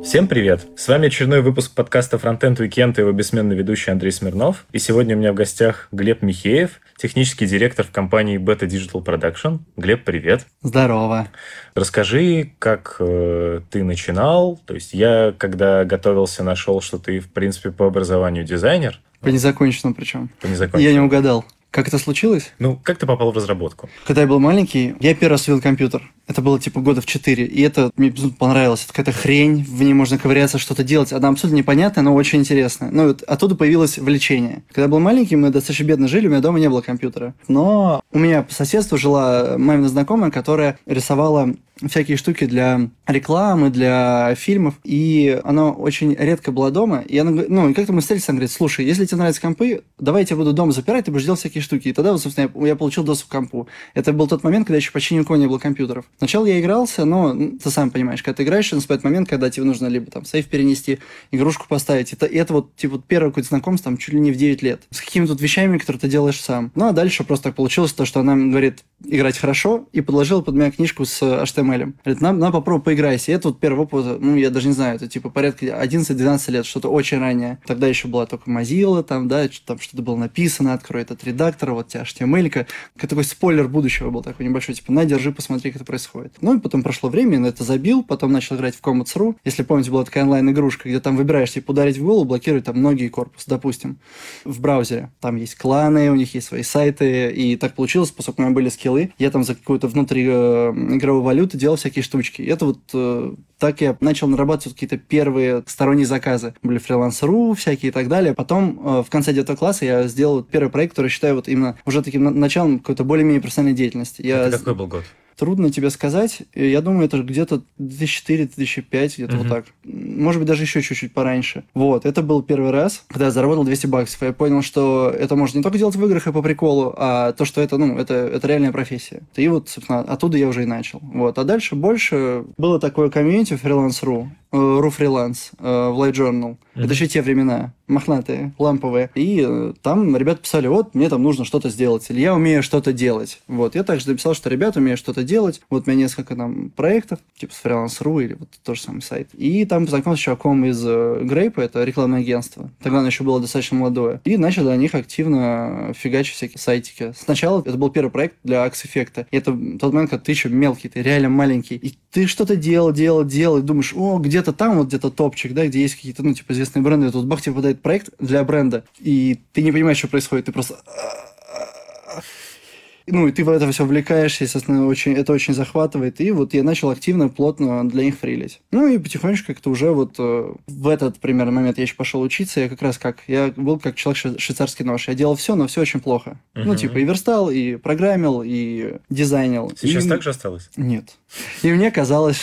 Всем привет! С вами очередной выпуск подкаста Frontend Weekend и его бессменный ведущий Андрей Смирнов. И сегодня у меня в гостях Глеб Михеев, технический директор в компании Beta Digital Production. Глеб, привет! Здорово! Расскажи, как ты начинал. То есть я, когда готовился, нашел, что ты, в принципе, по образованию дизайнер. По незаконченному причем. По незаконченному. Я не угадал. Как это случилось? Как ты попал в разработку? Когда я был маленький, я первый раз увидел компьютер. Это было года в 4. И это мне безумно понравилось. Это какая-то хрень, в ней можно ковыряться, что-то делать. Она абсолютно непонятная, но очень интересная. Оттуда появилось влечение. Когда я был маленький, мы достаточно бедно жили, у меня дома не было компьютера. Но у меня по соседству жила мамина знакомая, которая рисовала всякие штуки для рекламы, для фильмов, и она очень редко была дома, и она, и как-то мы встретились, она говорит: слушай, если тебе нравятся компы, давай я тебя буду дома запирать, ты будешь делать всякие штуки. И тогда, собственно, я получил доступ к компу. Это был тот момент, когда еще почти ни у кого не было компьютеров. Сначала я игрался, но ты сам понимаешь, когда ты играешь, наступает момент, когда тебе нужно либо там сейф перенести, игрушку поставить. И это первое какое-то знакомство, чуть ли не в 9 лет. С какими-то вещами, которые ты делаешь сам. А дальше просто так получилось то, что она говорит: играть хорошо, и подложила под меня книжку с HTML. Говорит: на попробуй поиграйся. И это первый опыт, я даже не знаю, это порядка 11-12 лет, что-то очень раннее. Тогда еще была только Mozilla, там что-то было написано, открой этот редактор, вот тебе HTML-ка. Как такой спойлер будущего был такой небольшой, на, держи, посмотри, как это происходит. И потом прошло время, я на это забил, потом начал играть в Comets.ru. Если помните, была такая онлайн-игрушка, где там выбираешь, ударить в голову, блокировать там ноги и корпус, допустим, в браузере. Там есть кланы, у них есть свои сайты, и так получилось, поскольку у меня были скиллы, я там за какую-то внутриигровую валюту делал всякие штучки. И это так я начал нарабатывать какие-то первые сторонние заказы. Были Freelance.ru всякие и так далее. Потом в конце 9 класса я сделал первый проект, который считаю именно уже таким началом какой-то более-менее профессиональной деятельности. Это какой был год? Трудно тебе сказать. Я думаю, это где-то 2004-2005, где-то вот так. Может быть, даже еще чуть-чуть пораньше. Это был первый раз, когда я заработал $200. Я понял, что это можно не только делать в играх и по приколу, а то, что это реальная профессия. И собственно, оттуда я уже и начал. А дальше больше было такое комьюнити Freelance.ru, RuFreelance, в LiveJournal. Это еще те времена, мохнатые, ламповые. И там ребята писали: мне там нужно что-то сделать, или я умею что-то делать. Я также написал, что ребята умеют что-то делать. У меня несколько там проектов, типа с Freelance.ru или тот же самый сайт. И там познакомился с чуваком из Grape, это рекламное агентство. Тогда оно еще было достаточно молодое. И начал для них активно фигачить всякие сайтики. Сначала это был первый проект для Axe-эффекта. И это тот момент, когда ты еще мелкий, ты реально маленький. И ты что-то делал, и думаешь: где-то там, где-то топчик, да, где есть какие-то, известные бренды. И тут бах, тебе попадает проект для бренда. И ты не понимаешь, что происходит. Ты просто... и ты в это все увлекаешься, естественно, это очень захватывает. И я начал активно, плотно для них фрилить. И потихонечку как-то уже в этот примерно момент я еще пошел учиться. Я был как человек швейцарский нож. Я делал все, но все очень плохо. И верстал, и программил, и дизайнил. Сейчас так же осталось? Нет. И мне казалось,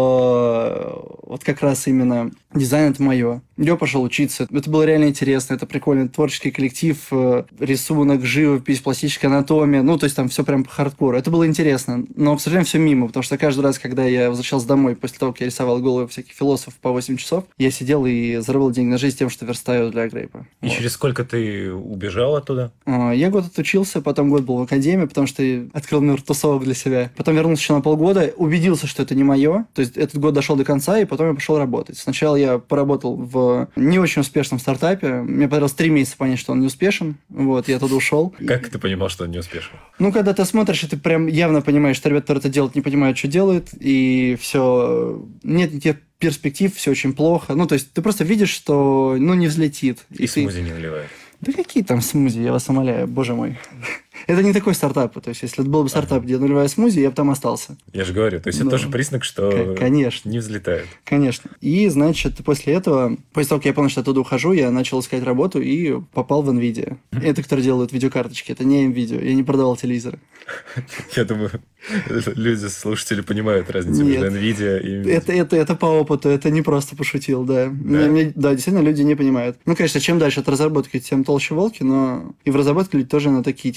что как раз именно дизайн — это мое. Я пошел учиться. Это было реально интересно. Это прикольный творческий коллектив, рисунок, живопись, пластическая анатомия. То есть там все прям по хардкору. Это было интересно. Но, к сожалению, все мимо. Потому что каждый раз, когда я возвращался домой после того, как я рисовал головы всяких философов по 8 часов, я сидел и заработал деньги на жизнь тем, что верстаю для Грейпа. И через сколько ты убежал оттуда? Я год отучился, потом год был в академии, потому что открыл мир тусовок для себя. Потом вернулся еще на полгода, убедился, что это не мое. То есть этот год дошел до конца, и потом я пошел работать. Сначала я поработал в не очень успешном стартапе. Мне понравилось 3 месяца понять, что он не успешен. Я оттуда ушел. Как ты понимал, что он не успешен? Когда ты смотришь, и ты прям явно понимаешь, что ребята, которые это делают, не понимают, что делают, и все... Нет никаких перспектив, все очень плохо. То есть ты просто видишь, что, не взлетит. И смузи не наливает. Да какие там смузи, я вас умоляю, боже мой. Это не такой стартап. То есть, если это был бы стартап, где нулевая смузи, я бы там остался. Я же говорю, то есть это тоже признак, что конечно. не взлетает. Конечно. И, значит, после того, как я понял, что оттуда ухожу, я начал искать работу и попал в NVIDIA. Это, которые делают видеокарточки, это не NVIDIA. Я не продавал телевизоры. Я думаю, люди, слушатели понимают разницу между NVIDIA и NVIDIA. Это по опыту, это не просто пошутил, да. Да, действительно, люди не понимают. Конечно, чем дальше от разработки, тем толще волки, но и в разработке люди тоже на такие,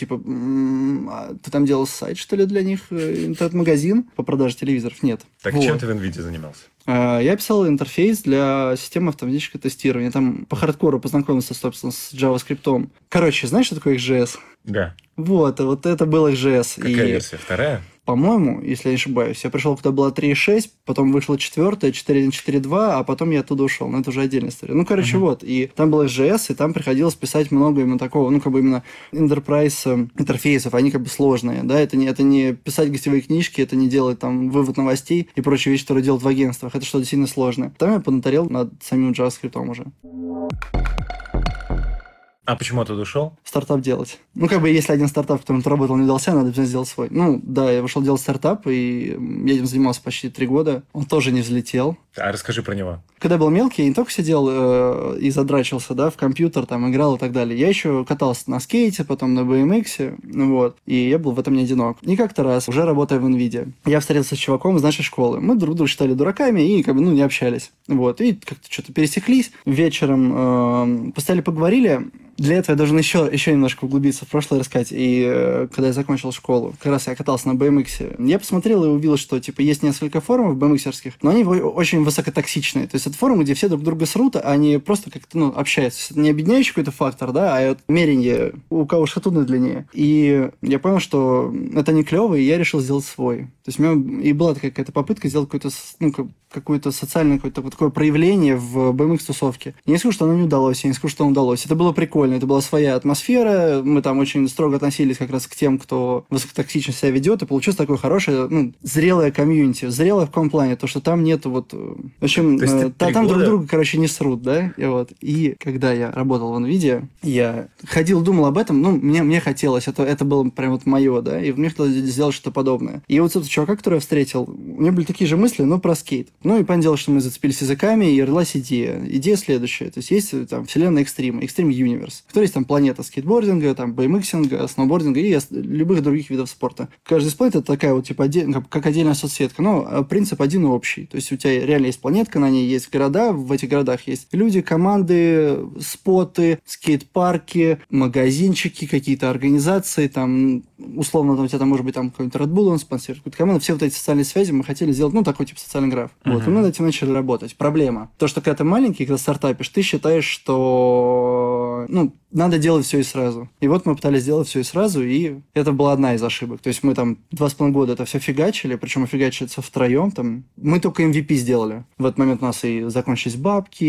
ты там делал сайт, что ли, для них? Интернет-магазин по продаже телевизоров? Нет. Так чем ты в NVIDIA занимался? Я писал интерфейс для системы автоматического тестирования. Там по хардкору познакомился, собственно, с JavaScript. Короче, знаешь, что такое XJS? Да. Вот это был XJS. Какая версия? Вторая? по-моему, если я не ошибаюсь. Я пришел, когда было 3.6, потом вышло 4, 4.1, 4.2, а потом я оттуда ушел. Но это уже отдельная история. Ну, короче, вот. И там был SJS, и там приходилось писать много именно такого, ну, как бы именно enterprise интерфейсов, они как бы сложные, да, это не писать гостевые книжки, это не делать там вывод новостей и прочие вещи, которые делают в агентствах, это что-то сильно сложное. Там я поднаторел над самим JavaScript уже. А почему оттуда ушел? Стартап делать. Ну, как бы, если один стартап, в котором ты работал, не удался, надо обязательно сделать свой. Ну, да, я вышел делать стартап, и я этим занимался почти 3 года. Он тоже не взлетел. А расскажи про него. Когда я был мелкий, я не только сидел и задрачивался, да, в компьютер, там, играл и так далее. Я еще катался на скейте, потом на BMX, вот, и я был в этом не одинок. И как-то раз, уже работая в NVIDIA, я встретился с чуваком из нашей школы. Мы друг друга считали дураками и, как бы, ну, не общались. Вот, и как-то что-то пересеклись. Вечером постояли, поговорили. Для этого я должен еще немножко углубиться в прошлое рассказать. И когда я закончил школу, как раз я катался на BMX, я посмотрел и увидел, что типа есть несколько форумов BMX-ерских, но они очень высокотоксичные. То есть это форумы, где все друг друга срут, а они просто как-то общаются. Это не объединяющий какой-то фактор, да, а мерение, у кого шатуны длиннее. И я понял, что это не клево, и я решил сделать свой. То есть у меня и была такая какая-то попытка сделать какое-то социальное какое-то такое проявление в BMX-тусовке. Я не скажу, что оно не удалось, я не скажу, что оно удалось. Это было прикольно, это была своя атмосфера, мы там очень строго относились как раз к тем, кто высокотоксично себя ведет, и получилось такое хорошее, зрелое комьюнити. Зрелое в каком плане? То, что там нету в общем, там друг друга, короче, не срут, да? И когда я работал в NVIDIA, я ходил, думал об этом, мне хотелось, это было прям вот мое, да, и мне хотелось сделать что-то подобное. И вот этого чувака, который я встретил, у меня были такие же мысли, но про скейт. Ну, и понятное дело, что мы зацепились языками, и родилась идея. Идея следующая. То есть там вселенная Extreme Universe, в которой есть там планета скейтбординга, там BMXинга, сноубординга и любых других видов спорта. Каждый из планет это такая вот, типа, как отдельная соцсетка, но принцип один и общий. То есть у тебя реально есть планетка, на ней есть города, в этих городах есть люди, команды, споты, скейт-парки, магазинчики, какие-то организации, там, условно, там, у тебя там может быть там какой-нибудь Red Bull, он спонсирует какую-то команду, все вот эти социальные связи мы хотели сделать, такой типа социальный граф. Вот, и мы над этим начали работать. Проблема. То, что когда ты маленький, когда стартапишь, ты считаешь, что надо делать все и сразу. И вот мы пытались сделать все и сразу, и это была одна из ошибок. То есть мы там 2,5 года это все фигачили, причем фигачили все втроем. Там. Мы только MVP сделали. В этот момент у нас и закончились бабки,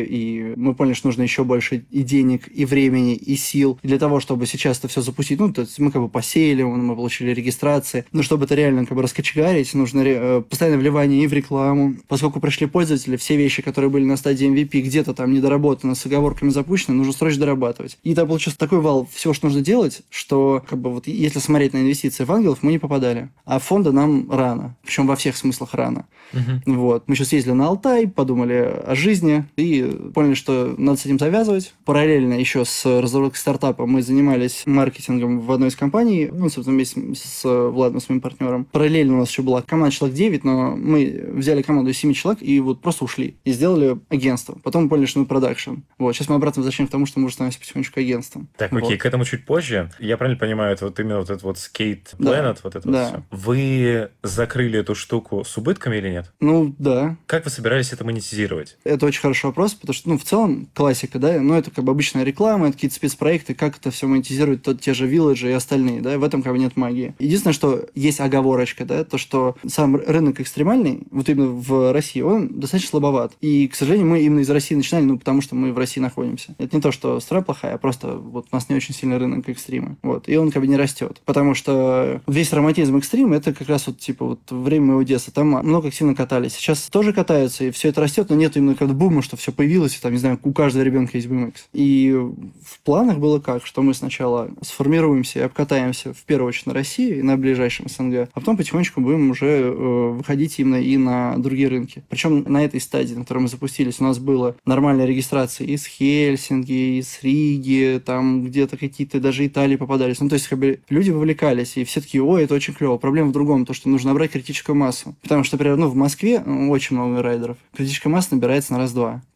и мы поняли, что нужно еще больше и денег, и времени, и сил. И для того, чтобы сейчас это все запустить, то есть мы как бы посеяли, мы получили регистрации. Но чтобы это реально как бы раскочегарить, нужно постоянное вливание и в рекламу. Поскольку пришли пользователи, все вещи, которые были на стадии MVP, где-то там недоработаны, с оговорками запущены, нужно срочно дорабатывать. И там получился такой вал всего, что нужно делать, что как бы вот если смотреть на инвестиции в ангелов, мы не попадали. А фонда нам рано. Причем во всех смыслах рано. Вот. Мы еще съездили на Алтай, подумали о жизни и поняли, что надо с этим завязывать. Параллельно еще с разработкой стартапа мы занимались маркетингом в одной из компаний, собственно, вместе с Владом, с моим партнером. Параллельно у нас еще была команда человек 9, но мы взяли команду из 7 человек и вот просто ушли. И сделали агентство. Потом мы поняли, что мы продакшн. Вот. Сейчас мы обратно возвращаемся к тому, что мы уже становимся потихонечку агентством. Так, окей, к этому чуть позже. Я правильно понимаю, это вот именно вот этот вот Skate Planet, вот это вот все. Вы закрыли эту штуку с убытками или нет? Да. Как вы собирались это монетизировать? Это очень хороший вопрос, потому что, в целом, классика, да, это как бы обычная реклама, это какие-то спецпроекты, как это все монетизирует те же Village и остальные, да, в этом как бы нет магии. Единственное, что есть оговорочка, да, то, что сам рынок экстремальный, вот именно в России, он достаточно слабоват. И, к сожалению, мы именно из России начинали, потому что мы в России находимся. Это не то, что страна плохая, а просто вот у нас не очень сильный рынок экстрима. Вот. И он как бы не растет. Потому что весь романтизм экстрима, это как раз вот типа вот время моего детства. Там много активно катались. Сейчас тоже катаются, и все это растет, но нет именно как-то бума, что все появилось, и там, не знаю, у каждого ребенка есть BMX. И в планах было как, что мы сначала сформируемся и обкатаемся в первую очередь на России и на ближайшем СНГ, а потом потихонечку будем уже выходить именно и на другие рынки. Причем на этой стадии, на которой мы запустились, у нас было нормальная регистрация из Хельсинки, из Риги, там где-то какие-то даже Италии попадались. То есть, как бы люди вовлекались, и все такие, это очень клево. Проблема в другом, то, что нужно набрать критическую массу. Потому что, например, в Москве очень много райдеров. Критическая масса набирается на раз-два.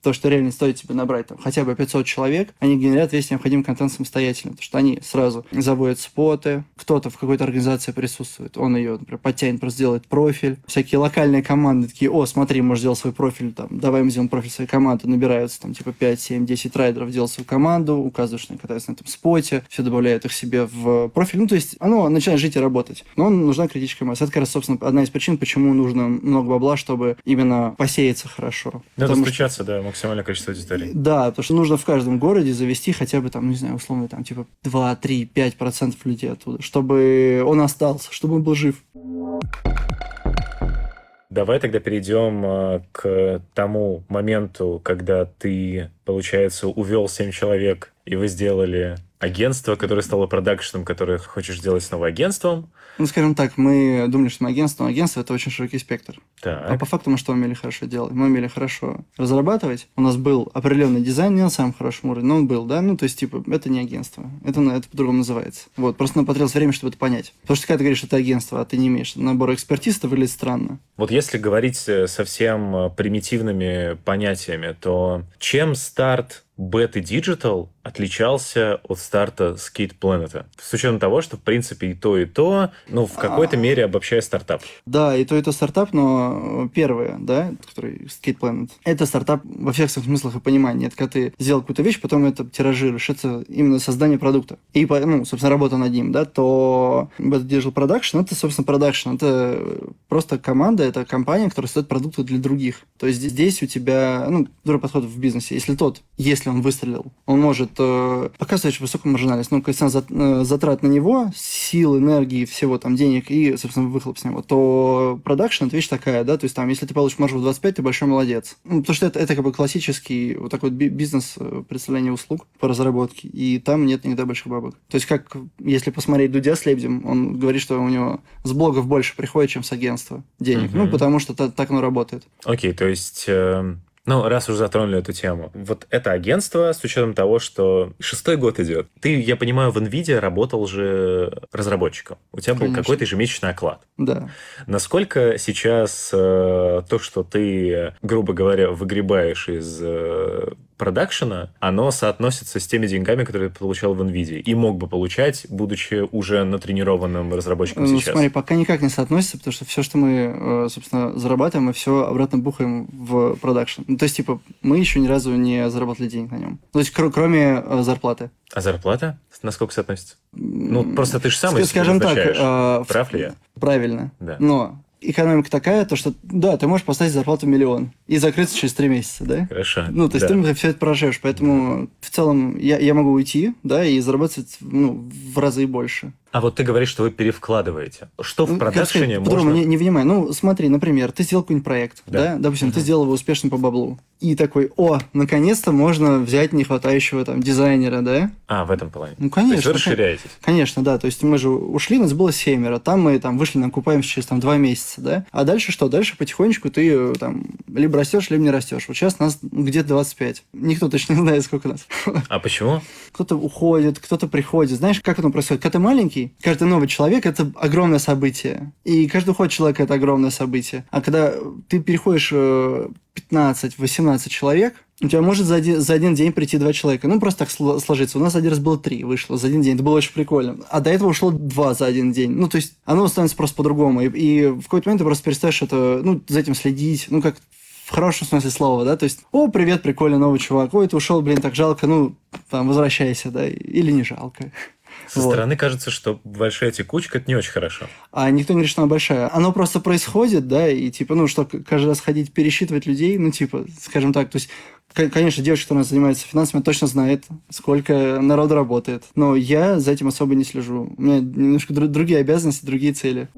то, что реально стоит тебе набрать там хотя бы 500 человек, они генерят весь необходимый контент самостоятельно, потому что они сразу заводят споты, кто-то в какой-то организации присутствует, он ее, например, подтянет, просто сделает профиль. Всякие локальные команды такие: о, смотри, можешь сделать свой профиль, там, давай мы сделаем профиль своей команды, набираются там типа 5, 7, 10 райдеров, делают свою команду, указываешь, что они катаются на этом споте, все добавляют их себе в профиль. Ну, то есть оно начинает жить и работать. Но нужна критическая масса. Это, как раз, собственно, одна из причин, почему нужно много бабла, чтобы именно посеяться хорошо. Надо стучаться, да, максимальное количество аудитории. Да, потому что нужно в каждом городе завести хотя бы там, не знаю, условно, там типа 2, 3, 5% людей оттуда, чтобы он остался, чтобы он был жив. Давай тогда перейдем к тому моменту, когда ты, получается, увел 7 человек, и вы сделали агентство, которое стало продакшеном, которое хочешь сделать снова агентством. Ну, скажем так, мы думали, что мы агентство, но агентство – это очень широкий спектр. Так. А по факту мы что умели хорошо делать? Мы умели хорошо разрабатывать. У нас был определенный дизайн, не на самом хорошем уровне, но он был, да? Ну, то есть, типа, это не агентство. Это по-другому называется. Вот, просто нам потребовалось время, чтобы это понять. Потому что когда ты говоришь, что это агентство, а ты не имеешь набор экспертиз, это выглядит странно. Вот если говорить совсем примитивными понятиями, то чем старт Beta Digital отличался от старта Skate Planet? С учетом того, что, в принципе, и то, ну, в какой-то мере обобщая стартап. Да, и то стартап, но первое, да, который Skate Planet, это стартап во всех своих смыслах и понимании. Это когда ты сделал какую-то вещь, потом это тиражируешь. Это именно создание продукта. И, ну, собственно, работа над ним, да, то Beta Digital Production, это, собственно, продакшн. Это просто команда, это компания, которая создает продукты для других. То есть здесь у тебя, ну, другой подход в бизнесе. Если он выстрелил, он может показывать очень высокую маржинальность. Ну, коэффициент затрат на него, сил, энергии, всего там, денег и, собственно, выхлоп с него, то продакшн – это вещь такая, да, то есть там, если ты получишь маржу в 25, ты большой молодец. Ну, потому что это как бы классический вот такой бизнес представления услуг по разработке, и там нет никогда больших бабок. То есть, как если посмотреть Дудя с Лебедем, он говорит, что у него с блогов больше приходит, чем с агентства денег. Ну, потому что так оно работает. Окей, то есть... Ну, раз уже затронули эту тему. Вот это агентство, с учетом того, что 6-й год идет. Ты, я понимаю, в NVIDIA работал же разработчиком. У тебя был какой-то ежемесячный оклад. Да. Насколько сейчас то, что ты, грубо говоря, выгребаешь из продакшена, оно соотносится с теми деньгами, которые ты получал в NVIDIA и мог бы получать, будучи уже натренированным разработчиком сейчас? Смотри, пока никак не соотносится, потому что все, что мы, собственно, зарабатываем, мы все обратно бухаем в продакшн. Ну, то есть, типа, мы еще ни разу не заработали денег на нем. То есть, кроме зарплаты. А зарплата? Насколько соотносится? Ну, просто ты же сам скажем так, прав ли я? Правильно. Да. Но экономика такая, то что, да, ты можешь поставить зарплату 1 миллион и закрыться через 3 месяца, да? Хорошо. Ну, то есть ты все это проживешь, поэтому в целом я могу уйти, да, и зарабатывать, ну, в разы больше. А вот ты говоришь, что вы перевкладываете. Что в продакшене можно... Не внимай. Ну, смотри, например, ты сделал какой-нибудь проект, да? Допустим, ты сделал его успешно по баблу. И такой: о, наконец-то можно взять нехватающего там дизайнера, да? А, в этом плане. Ну, конечно. То есть вы расширяетесь. Конечно, да. То есть мы же ушли, нас было 7, там мы там вышли, окупаемся через 2 месяца, да? А дальше что? Дальше потихонечку ты там либо растешь, либо не растешь. Вот сейчас нас где-то 25. Никто точно не знает, сколько нас. А почему? Кто-то уходит, кто-то приходит. Знаешь, как это происходит? Когда ты маленький, каждый новый человек – это огромное событие. И каждый уход человека – это огромное событие. А когда ты переходишь 15-18 человек, у тебя может за один день прийти 2 человека. Ну, просто так сложится. У нас один раз было 3, вышло за один день. Это было очень прикольно. А до этого ушло 2 за один день. Ну, то есть, оно становится просто по-другому. И в какой-то момент ты просто перестаешь это, ну, за этим следить. Ну, как в хорошем смысле слова, да? То есть, о, привет, прикольный новый чувак. Ой, ты ушел, блин, так жалко. Ну, там, возвращайся, да? Или не жалко. Со стороны кажется, что большая текучка – это не очень хорошо. А никто не говорит, что она большая. Оно просто происходит, да, и типа, ну, что каждый раз ходить пересчитывать людей, ну, типа, скажем так, то есть, конечно, девушка, которая занимается финансами, точно знает, сколько народу работает. Но я за этим особо не слежу. У меня немножко другие обязанности, другие цели.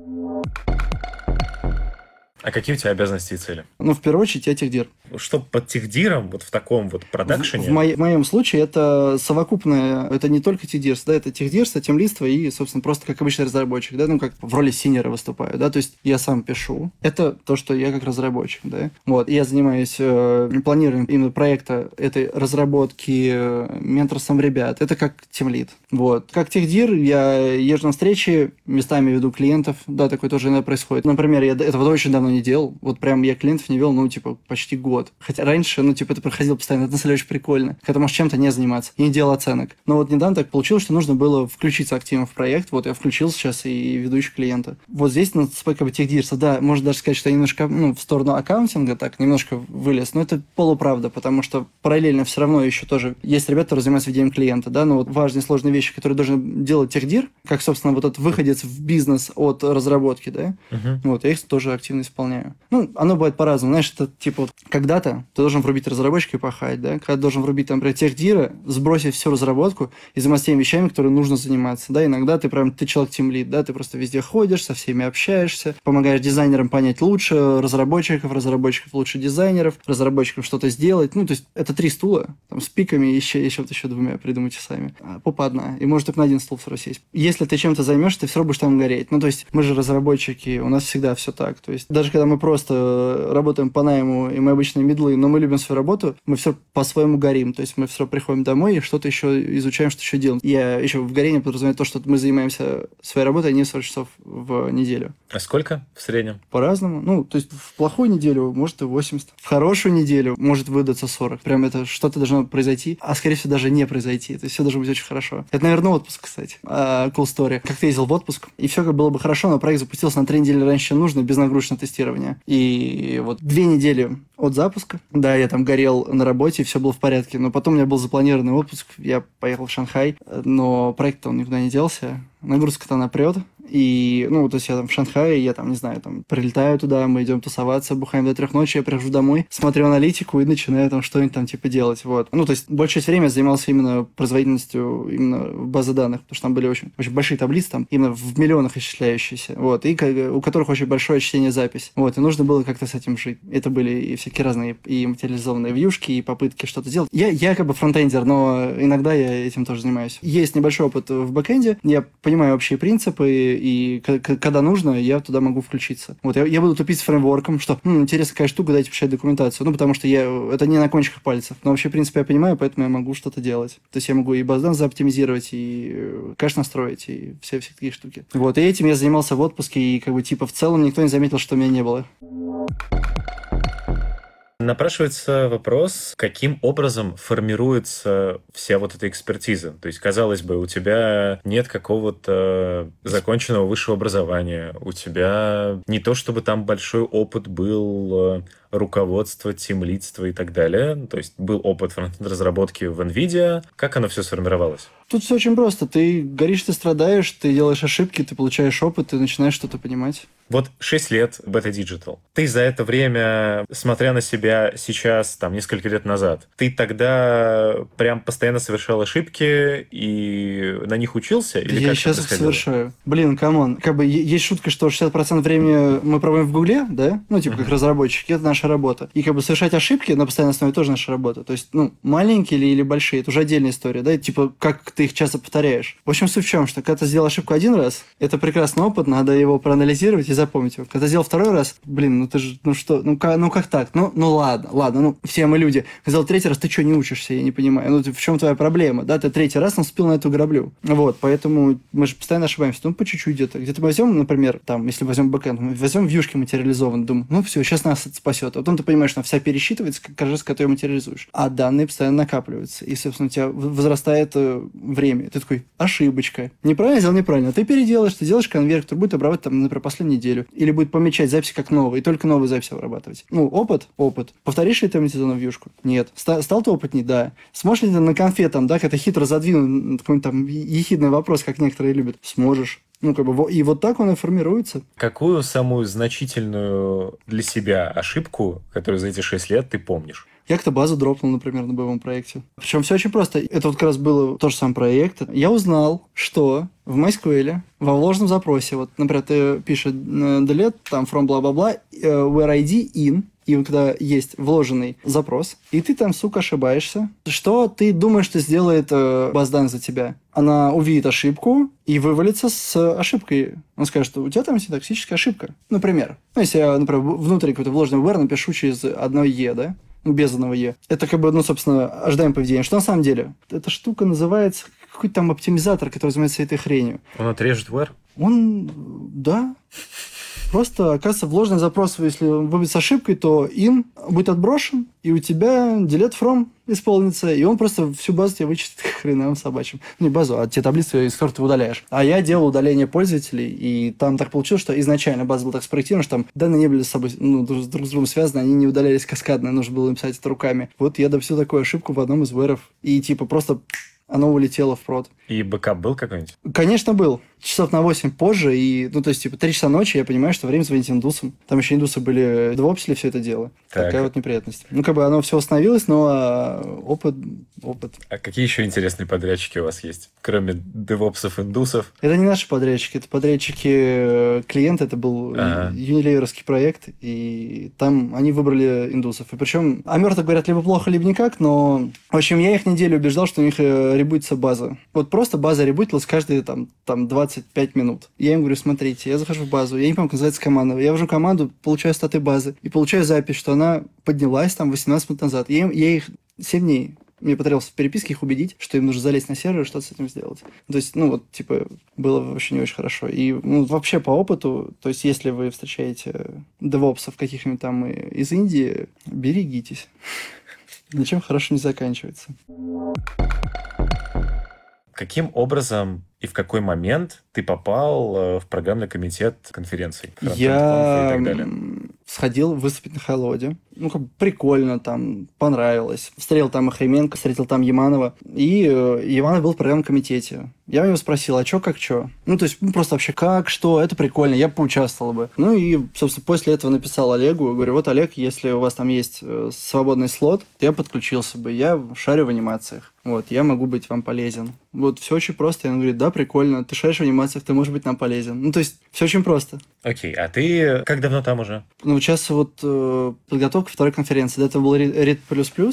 А какие у тебя обязанности и цели? Ну, в первую очередь, я техдир. Что под техдиром, вот в таком вот продакшене? В моем случае это совокупное, это не только техдирство, да, это техдирство, тимлидство и, собственно, просто как обычный разработчик, да, ну, как в роли синьора выступаю, да, то есть я сам пишу. Это то, что я как разработчик, да. Вот, и я занимаюсь планированием именно проекта этой разработки, менторством ребят. Это как тимлид. Вот. Как техдир я езжу на встречи, местами веду клиентов, да, такое тоже иногда происходит. Например, я этого очень давно не делал, вот прям я клиентов не вел, ну, типа, почти год. Вот. Хотя раньше, ну, типа, это проходило постоянно, это на самом деле очень прикольно, когда ты можешь чем-то не заниматься и не делал оценок. Но вот недавно так получилось, что нужно было включиться активно в проект. Вот я включил сейчас и веду еще клиента. Вот здесь, ну, как бы техдирство, да, можно даже сказать, что я немножко, ну, в сторону аккаунтинга так немножко вылез, но это полуправда, потому что параллельно все равно еще тоже есть ребята, которые занимаются ведением клиента, да, но вот важные сложные вещи, которые должен делать техдир, как, собственно, вот этот выходец в бизнес от разработки, да, вот, я их тоже активно исполняю. Ну, оно бывает по-разному, знаешь, это типа вот когда-то ты должен врубить разработчика и пахать, да, когда ты должен врубить, там, например, техдира, сбросить всю разработку и заниматься теми вещами, которые нужно заниматься, да, иногда ты человек тимлид, да, ты просто везде ходишь, со всеми общаешься, помогаешь дизайнерам понять лучше разработчиков лучше дизайнеров, разработчикам что-то сделать, ну, то есть это 3 стула, там, с пиками и еще 2 придумайте сами, а попа одна, и может только на 1 стул все сесть. Если ты чем-то займешься, ты все равно будешь там гореть, ну, то есть мы же разработчики, у нас всегда все так, то есть даже когда мы просто работаем по найму, и мы обычные мидлы, но мы любим свою работу, мы все по-своему горим, то есть мы все приходим домой и что-то еще изучаем, что еще делаем. Я еще в горении подразумеваю то, что мы занимаемся своей работой, а не 40 часов в неделю. А сколько в среднем? По-разному. Ну, то есть в плохую неделю может и 80. В хорошую неделю может выдаться 40. Прям это что-то должно произойти, а скорее всего даже не произойти. То есть все должно быть очень хорошо. Это, наверное, отпуск, кстати. Cool story. Как ты ездил в отпуск, и все как было бы хорошо, но проект запустился на 3 недели раньше, чем нужно, без нагрузочного тестирования. И вот 2 недели от запуска, да, я там горел на работе, и все было в порядке. Но потом у меня был запланированный отпуск, я поехал в Шанхай, но проект-то он никуда не делся. Нагрузка-то напрет. И, ну, то есть я там в Шанхае, я там, не знаю, там прилетаю туда, мы идем тусоваться, бухаем до 3 ночи, я прихожу домой, смотрю аналитику и начинаю там что-нибудь там типа делать, вот. Ну, то есть большая часть времени я занимался именно производительностью именно базы данных, потому что там были очень большие таблицы, там именно в миллионах исчисляющиеся, вот, и у которых очень большое чтение-запись, вот, и нужно было как-то с этим жить. Это были и всякие разные и материализованные вьюшки, и попытки что-то сделать. Я как бы фронтендер, но иногда я этим тоже занимаюсь. Есть небольшой опыт в бэкэнде, я понимаю общие принципы, и когда нужно, я туда могу включиться. Вот, я буду тупить с фреймворком, что, интересно, какая штука, дайте писать документацию. Ну, потому что это не на кончиках пальцев. Но вообще, в принципе, я понимаю, поэтому я могу что-то делать. То есть я могу и базу данных заоптимизировать, и кэш настроить, и все такие штуки. Вот, и этим я занимался в отпуске, и как бы типа в целом никто не заметил, что меня не было. Напрашивается вопрос, каким образом формируется вся вот эта экспертиза. То есть, казалось бы, у тебя нет какого-то законченного высшего образования, у тебя не то, чтобы там большой опыт был руководства, тимлидства и так далее. То есть, был опыт фронтенд-разработки в NVIDIA. Как оно все сформировалось? Тут все очень просто. Ты горишь, ты страдаешь, ты делаешь ошибки, ты получаешь опыт, ты начинаешь что-то понимать. Вот 6 лет Beta Digital. Ты за это время, смотря на себя сейчас, там, несколько лет назад, ты тогда прям постоянно совершал ошибки и на них учился? Или я сейчас их совершаю. Блин, камон. Как бы есть шутка, что 60% времени мы проводим в Гугле, да? Ну, типа, как разработчики, это наша работа. И как бы совершать ошибки на постоянной основе тоже наша работа. То есть, ну, маленькие или большие, это уже отдельная история, да? И, типа, как ты их часто повторяешь. В общем, суть в чем, что когда ты сделал ошибку 1 раз, это прекрасный опыт, надо его проанализировать и запомнить его. Когда сделал 2 раз, блин, ну ты же, ну что, ну как так? Ну ладно, ну все мы люди. Когда сделал 3 раз, ты что, не учишься, я не понимаю. Ну, в чем твоя проблема, да? Ты 3 раз наступил на эту граблю. Вот, поэтому мы же постоянно ошибаемся. Ну, по чуть-чуть где-то. Где-то мы возьмем, например, там, если возьмем бэкэнд, мы возьмем вьюшки материализованные, думаю, ну все, сейчас нас это спасет. А потом ты понимаешь, что она вся пересчитывается, каждый раз, когда ты ее материализуешь. А данные постоянно накапливаются. И, собственно, у тебя возрастает время. Ты такой, ошибочка. Неправильно сделал, неправильно. Ты переделаешь, ты делаешь конверт, который будет обрабатывать, там, например, последнюю неделю. Или будет помечать записи как новые, и только новые записи обрабатывать. Ну, опыт. Повторишь ли ты автоматизированную вьюшку? Нет. Стал ты опытней? Да. Сможешь ли ты на конфе, там, да, как-то хитро задвинуть какой-нибудь там ехидный вопрос, как некоторые любят? Сможешь. Ну, как бы, и вот так он и формируется. Какую самую значительную для себя ошибку, которую за эти 6 лет ты помнишь? Я как-то базу дропнул, например, на боевом проекте. Причем все очень просто. Это вот как раз был тот же самый проект. Я узнал, что в MySQL во вложенном запросе, вот, например, ты пишешь delete, там, from blah-blah-blah, where ID in, и когда есть вложенный запрос, и ты там, сука, ошибаешься, что ты думаешь, что сделает база данных за тебя? Она увидит ошибку и вывалится с ошибкой. Он скажет, что у тебя там синтаксическая ошибка. Например. Ну, если я, например, внутри какой-то вложенный where напишу через одно e, да? Без одного «е». Это как бы, ну, собственно, ожидаемое поведение. Что на самом деле? Эта штука называется какой-то там оптимизатор, который занимается этой хренью. Он отрежет where? Он... Да. Просто, оказывается, вложенный запрос, если он выбит с ошибкой, то in будет отброшен, и у тебя delete from исполнится, и он просто всю базу тебе вычистит к хренам собачьим. Ну, не базу, а те таблицы, из которых ты удаляешь. А я делал удаление пользователей, и там так получилось, что изначально база была так спроектирована, что там данные не были с собой друг с другом связаны, они не удалялись каскадно, нужно было написать это руками. Вот я допустил такую ошибку в одном из вэров, и типа просто оно улетело в прод. И бэкап был какой-нибудь? Конечно, был. Часов на 8 позже, и, ну, то есть, типа, 3 часа ночи, я понимаю, что время звонить индусам. Там еще индусы были, девопсили все это дело. Так. Такая вот неприятность. Ну, как бы оно все восстановилось, но опыт. А какие еще интересные подрядчики у вас есть, кроме девопсов, индусов? Это не наши подрядчики, это подрядчики клиента, это был юниливерский проект, и там они выбрали индусов. И причем о мертвых говорят либо плохо, либо никак, но, в общем, я их неделю убеждал, что у них ребутится база. Вот просто база ребутилась каждые там 25 минут. Я им говорю, смотрите, я захожу в базу, я не помню, как называется команда, я ввожу команду, получаю статы базы, и получаю запись, что она поднялась там 18 минут назад. Я их 7 дней. Мне потребовалось в переписке их убедить, что им нужно залезть на сервер и что-то с этим сделать. То есть, ну, вот, типа, было вообще не очень хорошо. И, ну, вообще по опыту, то есть, если вы встречаете девопсов каких-нибудь там из Индии, берегитесь. Ничем хорошо не заканчивается. Каким образом и в какой момент ты попал в программный комитет конференций? Я и так далее? сходил выступить на Хайлоде. Ну, как бы прикольно, там, понравилось. Встретил там Охременко, встретил там Яманова. И Яманов был в программном комитете. Я у него спросил, а чё, как чё? Ну, то есть, просто вообще как, что, это прикольно, я бы поучаствовал бы. Ну, и, собственно, после этого написал Олегу, говорю, вот, Олег, если у вас там есть свободный слот, я подключился бы, я шарю в анимациях. Вот, я могу быть вам полезен. Вот, все очень просто. И он говорит, да, прикольно, ты шаришь в анимациях, ты можешь быть нам полезен. Ну, то есть, все очень просто. Окей, а ты как давно там уже? Ну, сейчас вот подготовка второй конференции. До этого был Read++,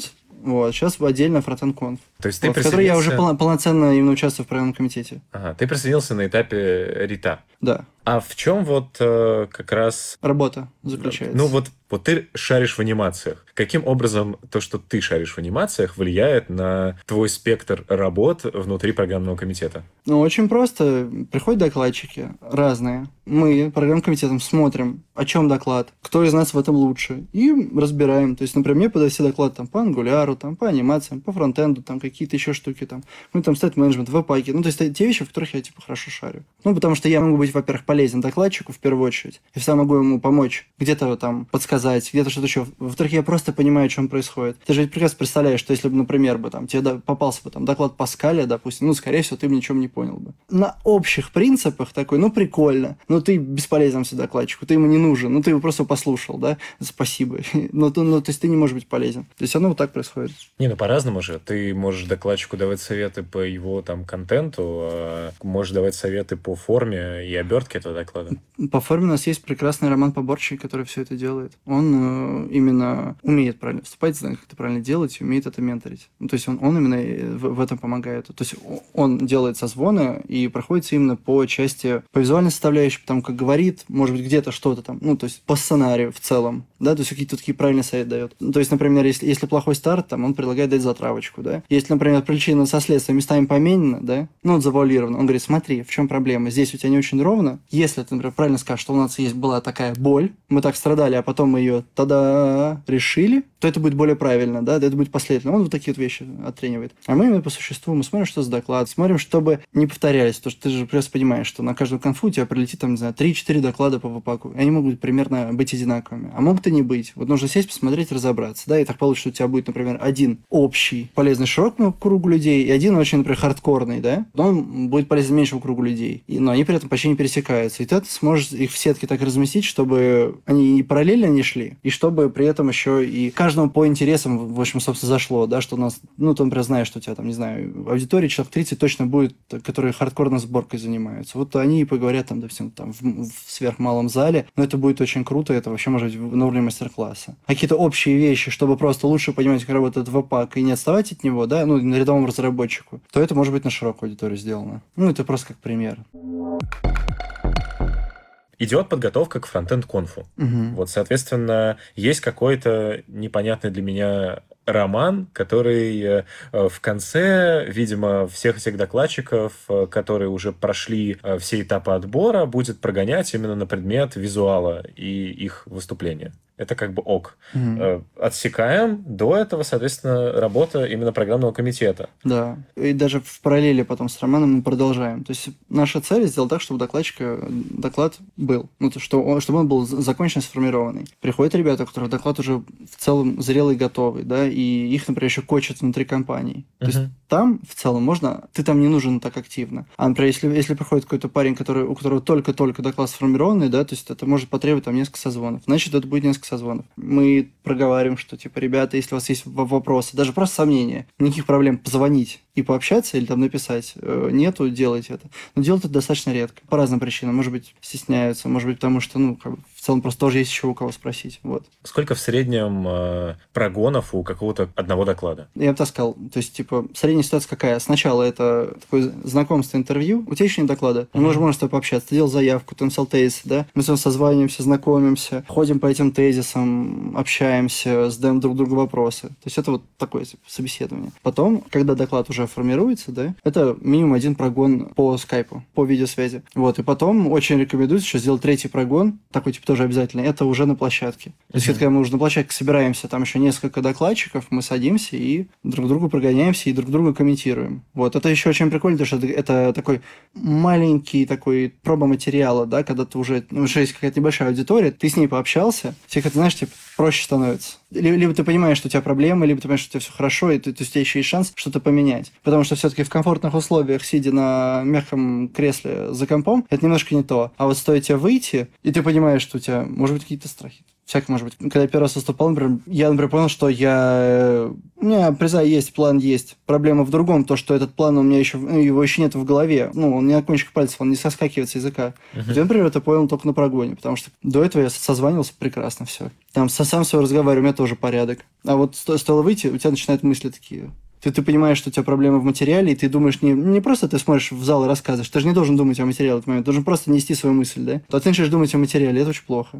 вот, сейчас отдельно Frontend Conf. То есть ты в которой я уже полноценно именно участвую в программном комитете. Ага, ты присоединился на этапе рита. Да. А в чем вот как раз... Работа заключается. Ну, вот ты шаришь в анимациях. Каким образом то, что ты шаришь в анимациях, влияет на твой спектр работ внутри программного комитета? Ну, очень просто. Приходят докладчики разные. Мы программным комитетом смотрим, о чем доклад, кто из нас в этом лучше, и разбираем. То есть, например, мне подают все доклады там, по ангуляру, там, по анимациям, по фронтенду, там, какие-то еще штуки. Там. Ну, там стоит менеджмент, веб-паки. Ну, то есть, те вещи, в которых я, типа, хорошо шарю. Ну, потому что я могу быть, во-первых, полезен докладчику в первую очередь. Я всегда могу ему помочь, где-то там подсказать, где-то что-то еще. Во-вторых, я просто понимаю, о чем происходит. Ты же ведь прекрасно представляешь, что если бы, например, бы, там, тебе попался бы там, доклад по скале, допустим, ну, скорее всего, ты бы ничем не понял бы. На общих принципах такой, ну, прикольно, но ты бесполезен все докладчику, ты ему не нужен, ну, ты его просто послушал, да, спасибо. То есть ты не можешь быть полезен. То есть оно вот так происходит. Не, ну, по-разному же. Ты можешь докладчику давать советы по его там контенту, а можешь давать советы по форме и обертке этого доклада. По форме у нас есть прекрасный Роман Поборчий, который все это делает. Он именно умеет правильно вступать, знает, как это правильно делать, и умеет это менторить. Ну, то есть он именно в этом помогает. То есть он делает созвоны и проходится именно по части, по визуальной составляющей, потому как говорит, может быть, где-то что-то там, ну, то есть по сценарию в целом, да, то есть какие-то такие правильные советы дает. Ну, то есть, например, если плохой старт, там, он предлагает дать затравочку, да. Если, например, причина со следствием местами поменена, да, ну, вот завуалировано, он говорит, смотри, в чем проблема, здесь у тебя не очень ровно. Если ты, например, правильно скажешь, что у нас была такая боль, мы так страдали, а потом мы ее тогда решили, то это будет более правильно, да, это будет последовательно. Он вот такие вот вещи отренивает. А мы именно по существу, мы смотрим, что за доклад, смотрим, чтобы не повторялись, потому что ты же просто понимаешь, что на каждую конфу у тебя прилетит, там, не знаю, 3-4 доклада по ВПАКу. Они могут примерно быть одинаковыми, а могут и не быть. Вот нужно сесть, посмотреть, разобраться, да, и так получится, что у тебя будет, например, один общий, полезный широкому кругу людей, и один очень, например, хардкорный, да, но он будет полезен меньшему кругу людей, но они при этом почти не пересекаются. И ты сможешь их в сетке так разместить, чтобы они и параллельно не шли, и чтобы при этом еще и каждому по интересам, в общем, собственно, зашло, да, что у нас, ну, ты, например, знаешь, что у тебя там, не знаю, аудитория человек 30 точно будет, которые хардкорной сборкой занимаются. Вот они и поговорят там, допустим, там в сверхмалом зале, но это будет очень круто, это вообще может быть на уровне мастер-класса. А какие-то общие вещи, чтобы просто лучше понимать, как работает веб-пак и не отставать от него, да, ну, на рядовому разработчику, то это может быть на широкую аудиторию сделано. Ну, это просто как пример. Идет подготовка к фронтенд-конфу. Угу. Вот, соответственно, есть какой-то непонятный для меня роман, который в конце, видимо, всех этих докладчиков, которые уже прошли все этапы отбора, будет прогонять именно на предмет визуала и их выступления. Это как бы ок. Отсекаем. До этого, соответственно, работа именно программного комитета. Да. И даже в параллели потом с романом мы продолжаем. То есть наша цель сделать так, чтобы у докладчика доклад был. Ну, то, чтобы он был закончен, сформированный. Приходят ребята, у которых доклад уже в целом зрелый и готовый, да, и их, например, еще кочат внутри компании. То есть там в целом можно... Ты там не нужен так активно. А, например, если приходит какой-то парень, у которого только-только доклад сформированный, да, то есть это может потребовать там несколько созвонов. Значит, это будет несколько созвонов. Мы проговариваем, что, типа, ребята, если у вас есть вопросы, даже просто сомнения, никаких проблем позвонить и пообщаться или там написать. Нету, делайте это. Но делать это достаточно редко. По разным причинам. Может быть, стесняются, может быть, потому что, в целом просто тоже есть еще у кого спросить. Вот. Сколько в среднем прогонов у какого-то одного доклада? Я бы так сказал. То есть, типа, средняя ситуация какая? Сначала это такое знакомство, интервью. У тебя еще нет доклада. Мы можем с тобой пообщаться. Ты делал заявку, ты написал тезис, да? Мы с тобой созваниваемся, знакомимся, ходим по этим тезисам, общаемся, задаем друг другу вопросы. То есть, это вот такое типа, собеседование. Потом, когда доклад уже формируется, да, это минимум один прогон по скайпу, по видеосвязи. Вот. И потом очень рекомендуется еще сделать третий прогон, такой типа тоже обязательно, это уже на площадке. То есть, когда мы уже на площадке собираемся, там еще несколько докладчиков, мы садимся и друг другу прогоняемся и друг друга комментируем. Вот. Это еще очень прикольно, потому что это такой маленький такой проба материала, да, когда ты уже есть какая-то небольшая аудитория, ты с ней пообщался, тебе как-то, знаешь, типа, проще становится. Либо ты понимаешь, что у тебя проблемы, либо ты понимаешь, что у тебя все хорошо, и то есть у тебя еще есть шанс что-то поменять. Потому что все-таки в комфортных условиях, сидя на мягком кресле за компом, это немножко не то. А вот стоит тебе выйти, и ты понимаешь, что у тебя, может быть, какие-то страхи. Всякое может быть. Когда я первый раз выступал, например, я понял, что у меня приза есть, план есть. Проблема в другом, то, что этот план у меня еще, его еще нет в голове. Он не на кончиках пальцев, он не соскакивает с языка. Я, например, это понял только на прогоне, потому что до этого я созванивался прекрасно все. Там сам с собой разговариваю, у меня тоже порядок. А вот стоило выйти, у тебя начинают мысли такие... Ты понимаешь, что у тебя проблемы в материале, и ты думаешь не просто ты смотришь в зал и рассказываешь, ты же не должен думать о материале в этот момент, ты должен просто нести свою мысль, да? То ты начинаешь думать о материале, это очень плохо.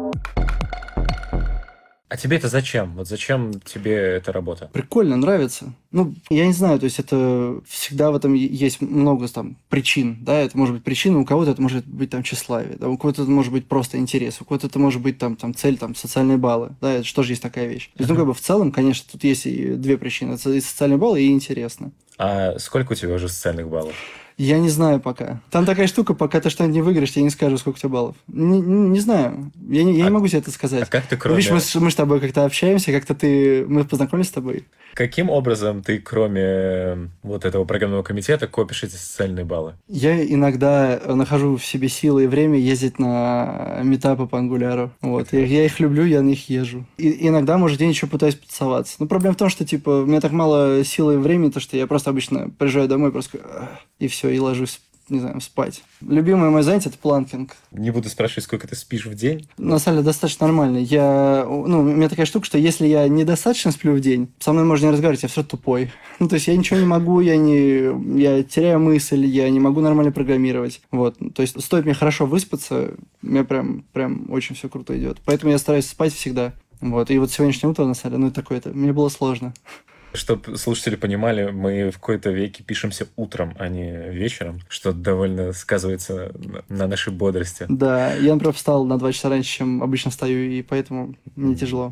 А тебе это зачем? Вот зачем тебе эта работа? Прикольно, нравится. Я не знаю, то есть это всегда в этом есть много там причин, да, это может быть причина, у кого-то это может быть там тщеславие, да, у кого-то это может быть просто интерес, у кого-то это может быть там цель, там, социальные баллы, да, это что же есть такая вещь. То есть, в целом, конечно, тут есть и две причины, это и социальные баллы, и интересно. А сколько у тебя уже социальных баллов? Я не знаю пока. Там такая штука, пока ты что-нибудь не выиграешь, я не скажу, сколько у тебя баллов. Не знаю. Я не могу тебе это сказать. А как ты кроме... Видишь, мы с тобой как-то общаемся, мы познакомились с тобой. Каким образом ты, кроме вот этого программного комитета, копишь эти социальные баллы? Я иногда нахожу в себе силы и время ездить на митапы по ангуляру. Вот. Я их люблю, я на них езжу. И иногда, может, день еще пытаюсь потусоваться. Проблема в том, что, у меня так мало силы и времени, то что я просто обычно приезжаю домой, просто и все, и ложусь, не знаю, спать. Любимое мое занятие – это планкинг. Не буду спрашивать, сколько ты спишь в день. На самом деле, достаточно нормально. У меня такая штука, что если я недостаточно сплю в день, со мной можно не разговаривать, я все тупой. То есть я ничего не могу, я теряю мысль, я не могу нормально программировать. Вот. То есть стоит мне хорошо выспаться, у меня прям очень все круто идет. Поэтому я стараюсь спать всегда. Вот. И вот сегодняшнее утро, на самом деле, мне было сложно. Чтобы слушатели понимали, мы в какой-то веке пишемся утром, а не вечером, что довольно сказывается на нашей бодрости. Да, я, например, встал на 2 часа раньше, чем обычно встаю, и поэтому мне тяжело.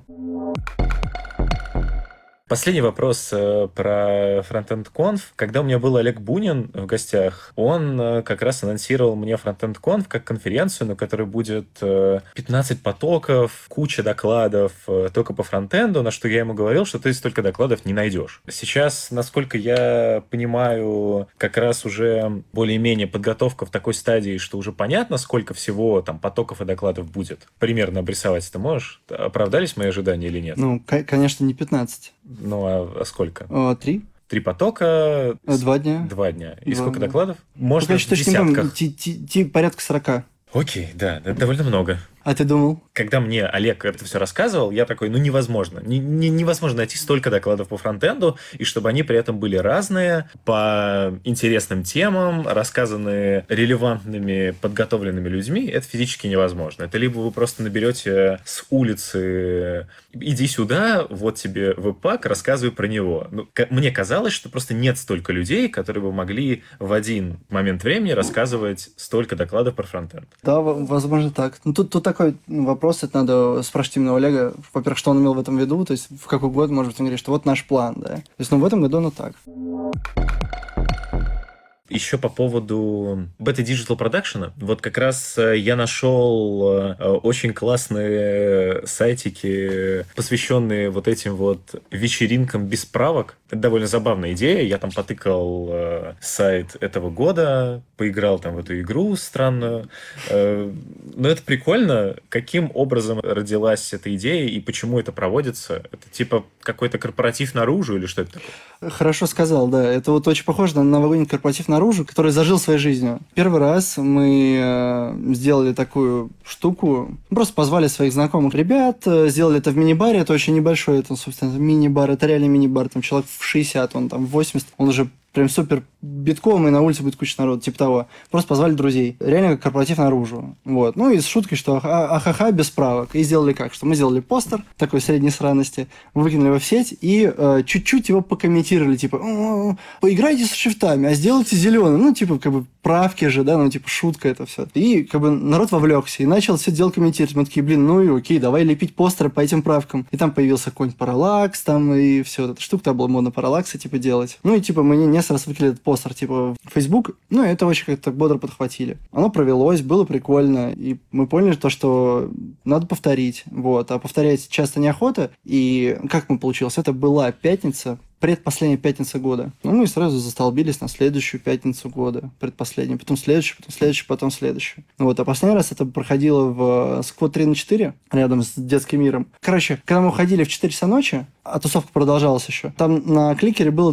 Последний вопрос про Frontend Conf. Когда у меня был Олег Бунин в гостях, он как раз анонсировал мне Frontend Conf как конференцию, на которой будет 15 потоков, куча докладов только по фронтенду, на что я ему говорил, что ты столько докладов не найдешь. Сейчас, насколько я понимаю, как раз уже более-менее подготовка в такой стадии, что уже понятно, сколько всего там потоков и докладов будет. Примерно обрисовать ты можешь? Оправдались мои ожидания или нет? Конечно, не 15. А сколько? 3. 3 потока. 2 дня. 2 дня. И 2 сколько дня. докладов? Можно в десятках. Порядка 40. Окей, да, это довольно много. А ты думал? Когда мне Олег это все рассказывал, я такой, ну, невозможно. Невозможно найти столько докладов по фронтенду, и чтобы они при этом были разные, по интересным темам, рассказанные релевантными, подготовленными людьми, это физически невозможно. Это либо вы просто наберете с улицы, иди сюда, вот тебе веб-пак, рассказывай про него. Ну, мне казалось, что просто нет столько людей, которые бы могли в один момент времени рассказывать столько докладов про фронтенд. Да, возможно так. Ну, тут такой вопрос, это надо спрашивать именно у Олега. Во-первых, что он имел в этом в виду, то есть в какой год, может быть, он говорит, что вот наш план, да. То есть, ну, в этом году, ну, так. Еще по поводу Beta Digital Production. Вот как раз я нашел очень классные сайтики, посвященные вот этим вот вечеринкам без правок. Это довольно забавная идея. Я там потыкал сайт этого года, поиграл там в эту игру странную. Но это прикольно. Каким образом родилась эта идея и почему это проводится? Это типа какой-то корпоратив наружу или что это такое? Хорошо сказал, да. Это вот очень похоже на новогодний корпоратив наружу, который зажил своей жизнью. Первый раз мы сделали такую штуку, просто позвали своих знакомых ребят, сделали это в мини-баре, это очень небольшой, это, собственно, мини-бар, это реально мини-бар, там человек в 60, он там в 80, он уже прям супер битком, и на улице будет куча народу, типа того. Просто позвали друзей. Реально как корпоратив наружу. Вот. Ну и с шуткой, что ахаха, без правок. И сделали как? Что мы сделали постер такой средней сраности, выкинули его в сеть и чуть-чуть его покомментировали, типа, поиграйте с шрифтами, а сделайте зеленым. Ну, типа, как бы правки же, да, ну, типа, шутка это все. И как бы народ вовлекся и начал все дело комментировать. Мы такие, блин, ну и окей, давай лепить постеры по этим правкам. И там появился какой-нибудь параллакс, там, и все. Эта штука, там было модно параллаксы, типа, делать. Ну и, типа, мы несколько раз выкинули этот постер, типа, в Facebook. Ну, и это очень как-то бодро подхватили. Оно провелось, было прикольно. И мы поняли то, что надо повторить. Вот. А повторять часто неохота. И как мы получилось? Это была пятница, предпоследняя пятница года. Ну, мы сразу застолбились на следующую пятницу года. Предпоследнюю. Потом следующую, потом следующую, потом следующую. Вот. А последний раз это проходило в Сквот 3 на 4, рядом с детским миром. Короче, когда мы уходили в 4 часа ночи, а тусовка продолжалась еще, там на кликере было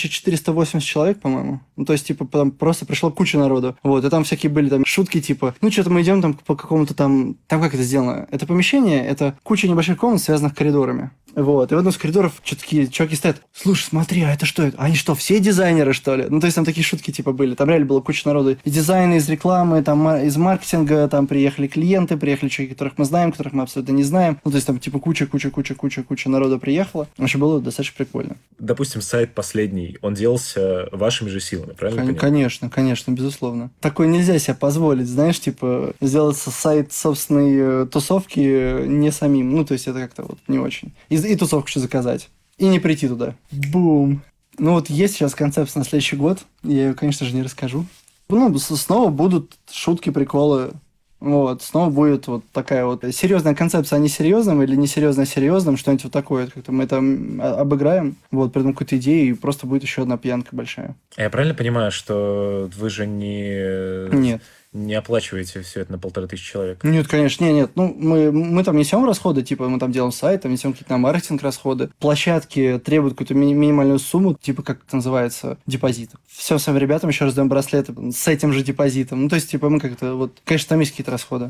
1480 человек, по-моему. Ну, то есть, типа, там просто пришло куча народу. Вот. И там всякие были там шутки, типа, ну, что-то мы идем там по какому-то там... Там как это сделано? Это помещение, это куча небольших комнат, связанных коридорами. Вот. И в одном из коридоров что-то такие чуваки стоят. Слушай, смотри, а это что это? Они что, все дизайнеры, что ли? Ну, то есть, там такие шутки, типа, были. Там реально было куча народу. Из дизайна, из рекламы, там, из маркетинга, там приехали клиенты, приехали чуваки, которых мы знаем, которых мы абсолютно не знаем. Ну, то есть, там, типа, куча народу приехала. Вообще было достаточно прикольно. Допустим, сайт последний, он делался вашими же силами, правильно? Конечно, безусловно. Такое нельзя себе позволить, знаешь, типа, сделать сайт собственной тусовки не самим. Ну, то есть, это как-то вот не очень. И тусовку еще заказать. И не прийти туда. Бум. Ну, вот есть сейчас концепция на следующий год. Я ее, конечно же, не расскажу. Ну, снова будут шутки, приколы. Вот, снова будет вот такая вот серьезная концепция, а не серьезным или не серьезно серьезным, что-нибудь вот такое. Как-то мы это обыграем, вот, придумаем какую-то идею, и просто будет еще одна пьянка большая. Я правильно понимаю, что вы же Нет. не оплачиваете все это на 1500 человек? Нет, конечно, нет. Ну, мы там несем расходы, типа, мы там делаем сайт, там несем какие-то на маркетинг расходы. Площадки требуют какую-то минимальную сумму, типа, как это называется, депозит. Всем своим ребятам еще раздаем браслеты с этим же депозитом. Ну, то есть, типа, мы как-то, вот, конечно, там есть какие-то расходы.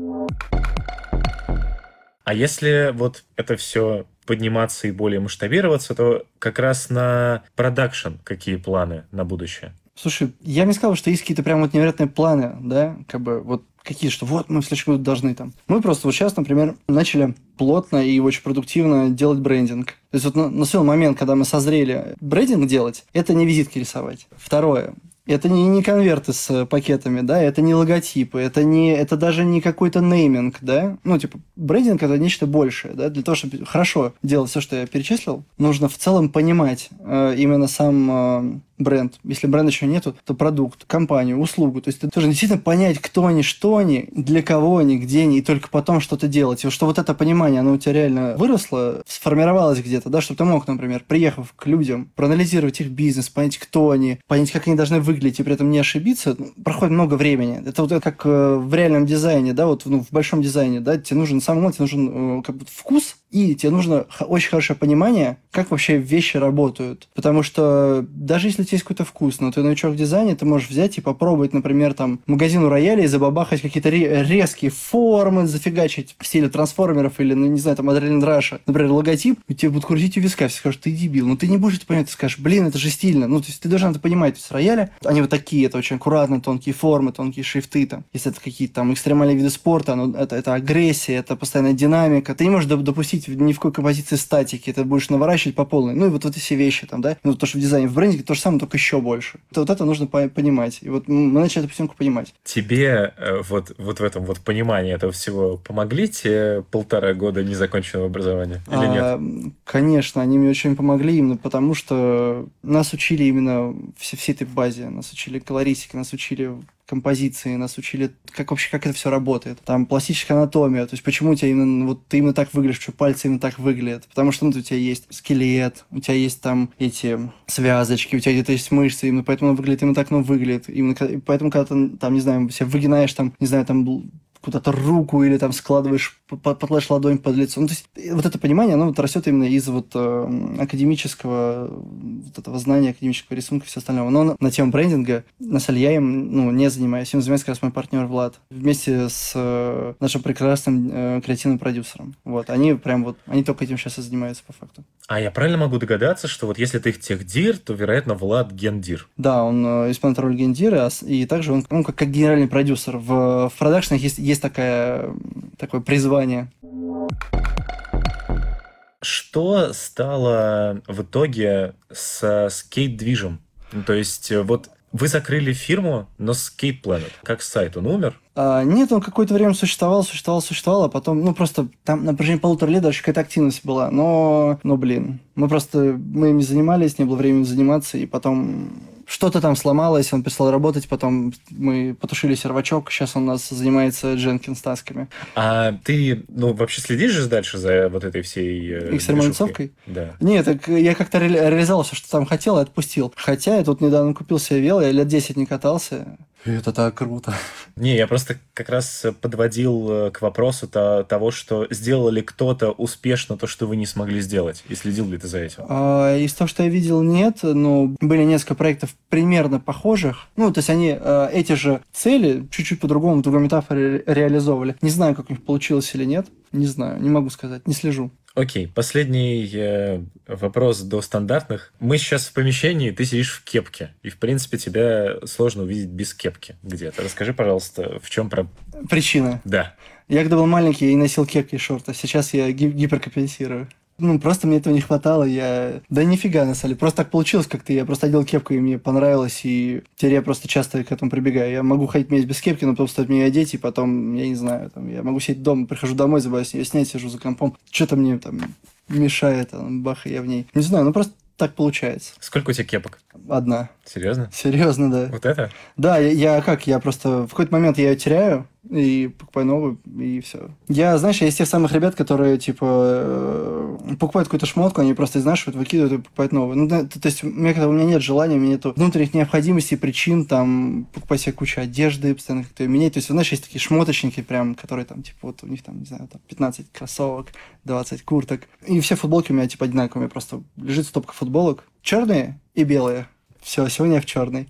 А если вот это все подниматься и более масштабироваться, то как раз на продакшн какие планы на будущее? Слушай, я не сказал, что есть какие-то прям вот невероятные планы, да, как бы вот какие, что вот мы в следующем году должны там. Мы просто вот сейчас, например, начали плотно и очень продуктивно делать брендинг. То есть вот наступил момент, когда мы созрели брендинг делать, это не визитки рисовать. Второе. Это не конверты с пакетами, да, это не логотипы, это даже не какой-то нейминг, да. Ну, типа, брендинг – это нечто большее, да. Для того, чтобы хорошо делать все, что я перечислил, нужно в целом понимать именно сам бренд. Если бренда еще нету, то продукт, компанию, услугу. То есть ты должен действительно понять, кто они, что они, для кого они, где они, и только потом что-то делать. И что вот это понимание, оно у тебя реально выросло, сформировалось где-то, да, чтобы ты мог, например, приехав к людям, проанализировать их бизнес, понять, кто они, понять, как они должны выглядеть, и при этом не ошибиться, проходит много времени. Это вот как в реальном дизайне, да, вот в большом дизайне, да, тебе нужен, самое главное, тебе нужен как бы вкус И тебе нужно очень хорошее понимание, как вообще вещи работают. Потому что даже если у тебя есть какой-то вкус, но ты новичок в дизайне, ты можешь взять и попробовать, например, там, магазину рояля и забабахать какие-то резкие формы, зафигачить в стиле трансформеров или, ну, не знаю, там, Адреналин Раша. Например, логотип, и тебе будут крутить у виска, все скажут, ты дебил. Но ты не будешь это понимать, ты скажешь, блин, это же стильно. Ну, то есть ты должен это понимать. То есть рояля, они вот такие, это очень аккуратно, тонкие формы, тонкие шрифты, там. Если это какие-то там экстремальные виды спорта, ну, это агрессия, это постоянная динамика. Ты не можешь допустить ни в какой композиции статики, ты будешь наворачивать по полной. Ну, и вот эти все вещи там, да. Ну, то, что в дизайне, в брендинге то же самое, только еще больше. Вот это нужно понимать. И вот мы начали эту потихоньку понимать. Тебе вот в этом вот понимании этого всего помогли те 1,5 года незаконченного образования или нет? Конечно, они мне очень помогли именно потому, что нас учили именно всей этой базе. Нас учили колористике, нас учили композиции, нас учили, как это все работает. Там пластическая анатомия, то есть почему у тебя именно, вот ты именно так выглядишь, что пальцы именно так выглядят. Потому что, ну, у тебя есть скелет, у тебя есть там эти связочки, у тебя где-то есть мышцы, именно поэтому оно выглядит именно так, оно выглядит. Именно поэтому, когда ты, там, не знаю, себя выгинаешь, там, не знаю, там, куда-то руку или там складываешь, подкладываешь ладонь под лицо. Ну, то есть вот это понимание, оно вот растет именно из вот академического вот этого знания, академического рисунка и все остального. Но на тему брендинга на самом деле я им не занимаюсь. Им занимается как раз мой партнер Влад. Вместе с нашим прекрасным креативным продюсером. Вот. Они прям вот, они только этим сейчас и занимаются по факту. А я правильно могу догадаться, что вот если ты техдир, то, вероятно, Влад гендир? Да, он исполняет роль гендира, и также он как генеральный продюсер. В продакшенах есть такое призвание. Что стало в итоге со скейт-движем? Ну, то есть, вот вы закрыли фирму, но Skate Planet, как сайт, он умер? Нет, он какое-то время существовал, а потом, ну, просто там на протяжении 1,5 лет даже какая-то активность была, но блин, мы им не занимались, не было времени заниматься, и потом что-то там сломалось, он перестал работать, потом мы потушили сервачок, сейчас он у нас занимается Jenkins-тасками. А ты, вообще следишь же дальше за вот этой всей экстремализовкой? Да. Нет, так я как-то реализовал все, что там хотел, и отпустил. Хотя я тут недавно купил себе вело, я лет 10 не катался. И это так круто. Не, я просто как раз подводил к вопросу того, что сделал ли кто-то успешно то, что вы не смогли сделать, и следил ли ты за этим? Из того, что я видел, нет, но были несколько проектов примерно похожих. Ну, то есть они эти же цели чуть-чуть по-другому, в другом этапе реализовывали. Не знаю, как у них получилось или нет. Не знаю, не могу сказать, не слежу. Окей, последний вопрос до стандартных. Мы сейчас в помещении, ты сидишь в кепке, и, в принципе, тебя сложно увидеть без кепки где-то. Расскажи, пожалуйста, в чем причина? Да. Я когда был маленький, я носил кепки и шорты, сейчас я гиперкомпенсирую. Просто мне этого не хватало, Да нифига, на самом деле, просто так получилось как-то, я просто одел кепку, и мне понравилось, и теперь я просто часто к этому прибегаю. Я могу ходить месяц без кепки, но потом стоит мне ее одеть, и потом, я не знаю, там, я могу сидеть дома, прихожу домой, забываюсь ее снять, сижу за компом, что-то мне там мешает, бах, и я в ней. Не знаю, просто так получается. Сколько у тебя кепок? Одна. Серьезно? Серьезно, да. Вот это? Да, я просто в какой-то момент я ее теряю и покупаю новую, и все. Я, знаешь, я из тех самых ребят, которые, покупают какую-то шмотку, они просто изнашивают, выкидывают и покупают новую. То есть у меня нет желания, у меня нет внутренних необходимостей, причин, там, покупать себе кучу одежды, постоянно как-то ее менять. То есть, знаешь, есть такие шмоточники прям, которые там, вот у них там, не знаю, там 15 кроссовок, 20 курток. И все футболки у меня, одинаковые. У меня просто лежит стопка футболок, черные и белые. Все, сегодня я в черной.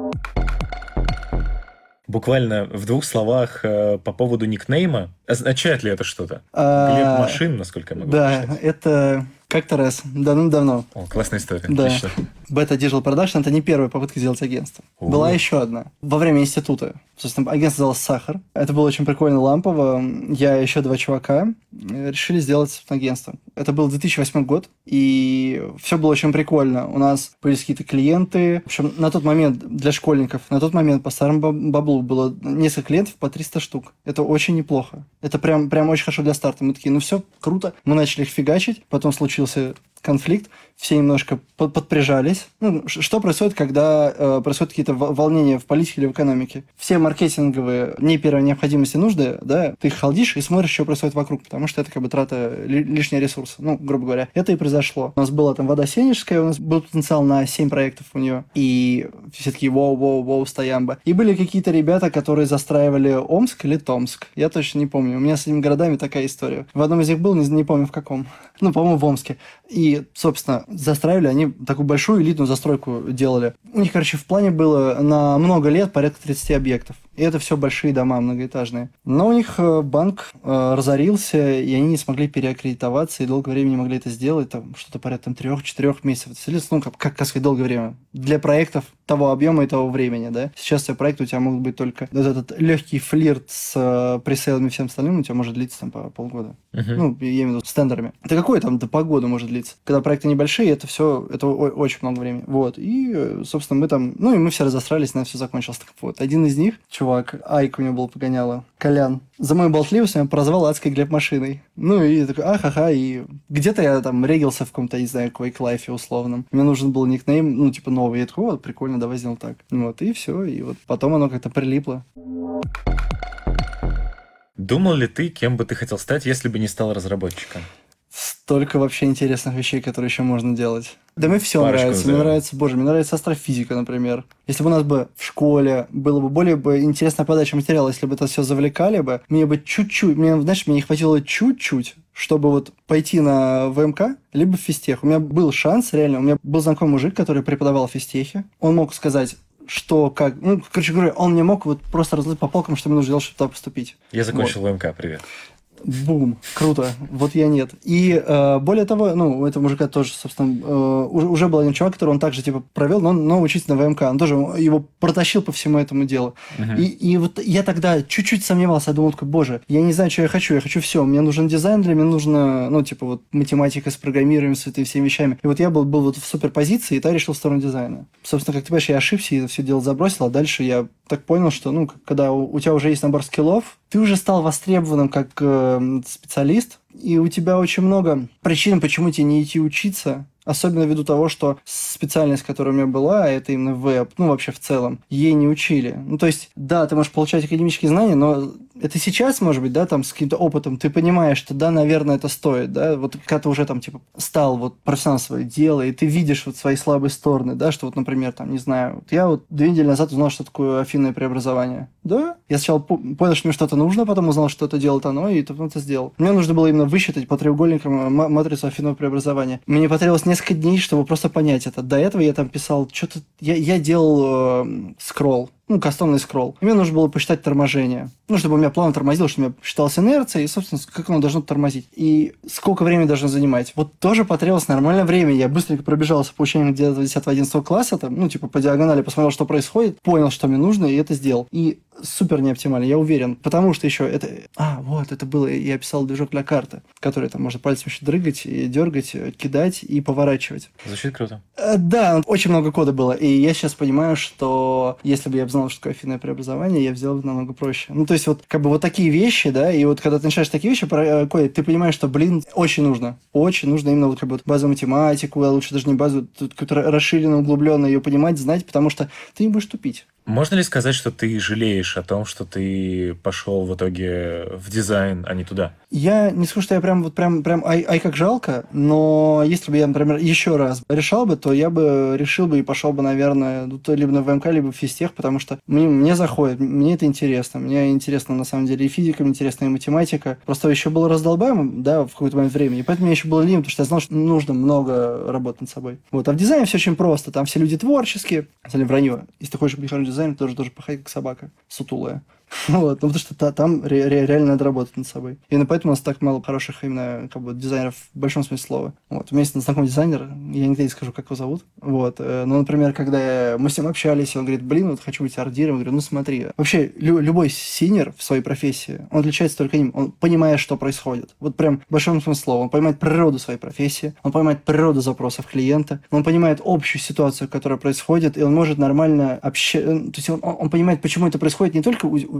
Буквально в 2 словах по поводу никнейма. Означает ли это что-то? Глеб Машин, насколько я могу Да, прочитать. Это как-то раз, давным-давно. О, классная история. Да. Отлично. Beta Digital Production – это не первая попытка сделать агентство. Была еще одна. Во время института. Собственно, агентство называлось «Сахар». Это было очень прикольно, лампово. Я и еще 2 чувака решили сделать агентство. Это был 2008 год, и все было очень прикольно. У нас были какие-то клиенты. В общем, на тот момент для школьников, по старому баблу было несколько клиентов по 300 штук. Это очень неплохо. Это прям очень хорошо для старта. Мы такие, все, круто. Мы начали их фигачить. Потом случился конфликт, все немножко подприжались. Ну, что происходит, когда происходят какие-то волнения в политике или в экономике? Все маркетинговые, не первой необходимости нужды, да, ты их халдишь и смотришь, что происходит вокруг, потому что это как бы трата лишнего ресурса, ну, грубо говоря. Это и произошло. У нас была там вода Сенежская, у нас был потенциал на 7 проектов у нее, и все такие воу, стоямба. И были какие-то ребята, которые застраивали Омск или Томск, я точно не помню. У меня с этими городами такая история. В одном из них был, не помню в каком. Ну, по-моему, в Омске. И, собственно, застраивали, они такую большую элитную застройку делали. У них, короче, в плане было на много лет порядка 30 объектов. И это все большие дома многоэтажные. Но у них банк разорился, и они не смогли переаккредитоваться, и долгое время не могли это сделать. Там что-то порядка 3-4 месяцев. Ну, как сказать, долгое время. Для проектов того объема и того времени, да. Сейчас все проекты у тебя могут быть только... Вот этот легкий флирт с пресейлами и всем остальным у тебя может длиться там по полгода. Ну, я имею в виду с тендерами. Это какое там по году может длиться? Когда проекты небольшие, это все, это очень много времени. Вот. И, собственно, мы там... Ну, и мы все разосрались, на все закончилось. Так вот, один из них, чувак, Айк у него был погоняло, Колян, за мою болтливость меня прозвал адской глеб-машиной. Ну, и такой, ахаха, и где-то я там регился в каком-то, не знаю, Quake Life условном. Мне нужен был никнейм, ну, типа, новый. Я такой, вот, прикольно, давай сделаем так. Вот, и все, и вот потом оно как-то прилипло. Думал ли ты, кем бы ты хотел стать, если бы не стал разработчиком? Столько вообще интересных вещей, которые еще можно делать. Да мне все нравится. Мне нравится, мне нравится астрофизика, например. Если бы у нас бы в школе было бы более интересная подача материала, если бы это все завлекали бы, мне бы чуть-чуть, мне не хватило чуть-чуть, чтобы вот пойти на ВМК, либо в физтех. У меня был шанс, реально, у меня был знакомый мужик, который преподавал в физтехе. Он мог сказать, что, как... Ну, короче говоря, он мне мог вот просто разложить по полкам, что мне нужно делать, чтобы туда поступить. Я закончил ВМК, привет. Бум, круто, вот я нет. И более того, ну, у этого мужика тоже, собственно, уже был один чувак, который он также, типа, провел, но учиться на ВМК. Он тоже его протащил по всему этому делу. И вот я тогда чуть-чуть сомневался, я думал, такой, боже, я не знаю, что я хочу все. Мне нужен дизайн, мне нужно, ну, типа, вот математика с программированием, с этими всеми вещами. И вот я был вот в суперпозиции, и тогда решил в сторону дизайна. Собственно, как ты понимаешь, я ошибся и это все дело забросил, а дальше я так понял, что, ну, когда у тебя уже есть набор скиллов, ты уже стал востребованным как специалист, и у тебя очень много причин, почему тебе не идти учиться, особенно ввиду того, что специальность, которая у меня была, это именно веб, ну, вообще в целом, ей не учили. Ну, то есть, да, ты можешь получать академические знания, но это сейчас, может быть, да, там, с каким-то опытом, ты понимаешь, что, да, наверное, это стоит, да, вот когда ты уже там, типа, стал вот профессионалом свое дело, и ты видишь вот свои слабые стороны, да, что вот, например, там, не знаю, вот я вот 2 недели назад узнал, что такое афинное преобразование. Да, я сначала понял, что мне что-то нужно, потом узнал, что это делает оно, и потом это сделал. Мне нужно было именно высчитать по треугольникам матрицу афинного преобразования. Мне потребовалось несколько дней, чтобы просто понять это. До этого я там писал что-то... Я делал скролл. Ну, кастомный скролл. И мне нужно было посчитать торможение. Ну, чтобы у меня плавно тормозил, чтобы у меня считалась инерция, и, собственно, как оно должно тормозить. И сколько времени должно занимать. Вот тоже потребовалось нормальное время. Я быстренько пробежался по учениям где-то 10-11 класса, там, ну, типа, по диагонали посмотрел, что происходит, понял, что мне нужно, и это сделал. И супер неоптимально, я уверен. Потому что еще это... вот, это было... Я писал движок для карты, который там можно пальцем еще дрыгать, и дергать, кидать и поворачивать. Звучит круто. Да, очень много кода было. И я сейчас понимаю, что если бы я знал, что такое афинное преобразование, я сделал бы намного проще. Ну, то есть, вот, как бы, вот такие вещи, да, и вот, когда ты начинаешь такие вещи кодить, ты понимаешь, что, блин, очень нужно именно, вот, как бы, вот, базовую математику, а лучше даже не базу, какую-то расширенную, углубленную ее понимать, знать, потому что ты не будешь тупить. Можно ли сказать, что ты жалеешь о том, что ты пошел в итоге в дизайн, а не туда? Я не скажу, что я прям как жалко, но если бы я, например, еще раз решал бы, то я бы решил бы и пошел бы, наверное, либо на ВМК, либо в физтех, потому что мне заходит, мне это интересно. Мне интересно, на самом деле, и физика, мне интересна и математика. Просто еще было раздолбаем, да, в какой-то момент времени, и поэтому мне еще было лень, потому что я знал, что нужно много работать над собой. Вот. А в дизайне все очень просто. Там все люди творческие. Кстати, вранье. Если ты хочешь быть хорошим дизайнером, ты тоже пахай как собака, сутулая. Вот, ну, потому что там реально надо работать над собой. И поэтому у нас так мало хороших именно как бы дизайнеров в большом смысле слова. Вот. У меня есть знакомый дизайнер, я никогда не скажу, как его зовут. Вот. Но, например, когда мы с ним общались, он говорит, блин, вот хочу быть ардиром. Я говорю, ну смотри, вообще любой синер в своей профессии, он отличается только ним. Он понимает, что происходит. Вот прям в большом смысле слова. Он понимает природу своей профессии, он понимает природу запросов клиента, он понимает общую ситуацию, которая происходит, и он может нормально общаться. То есть он понимает, почему это происходит не только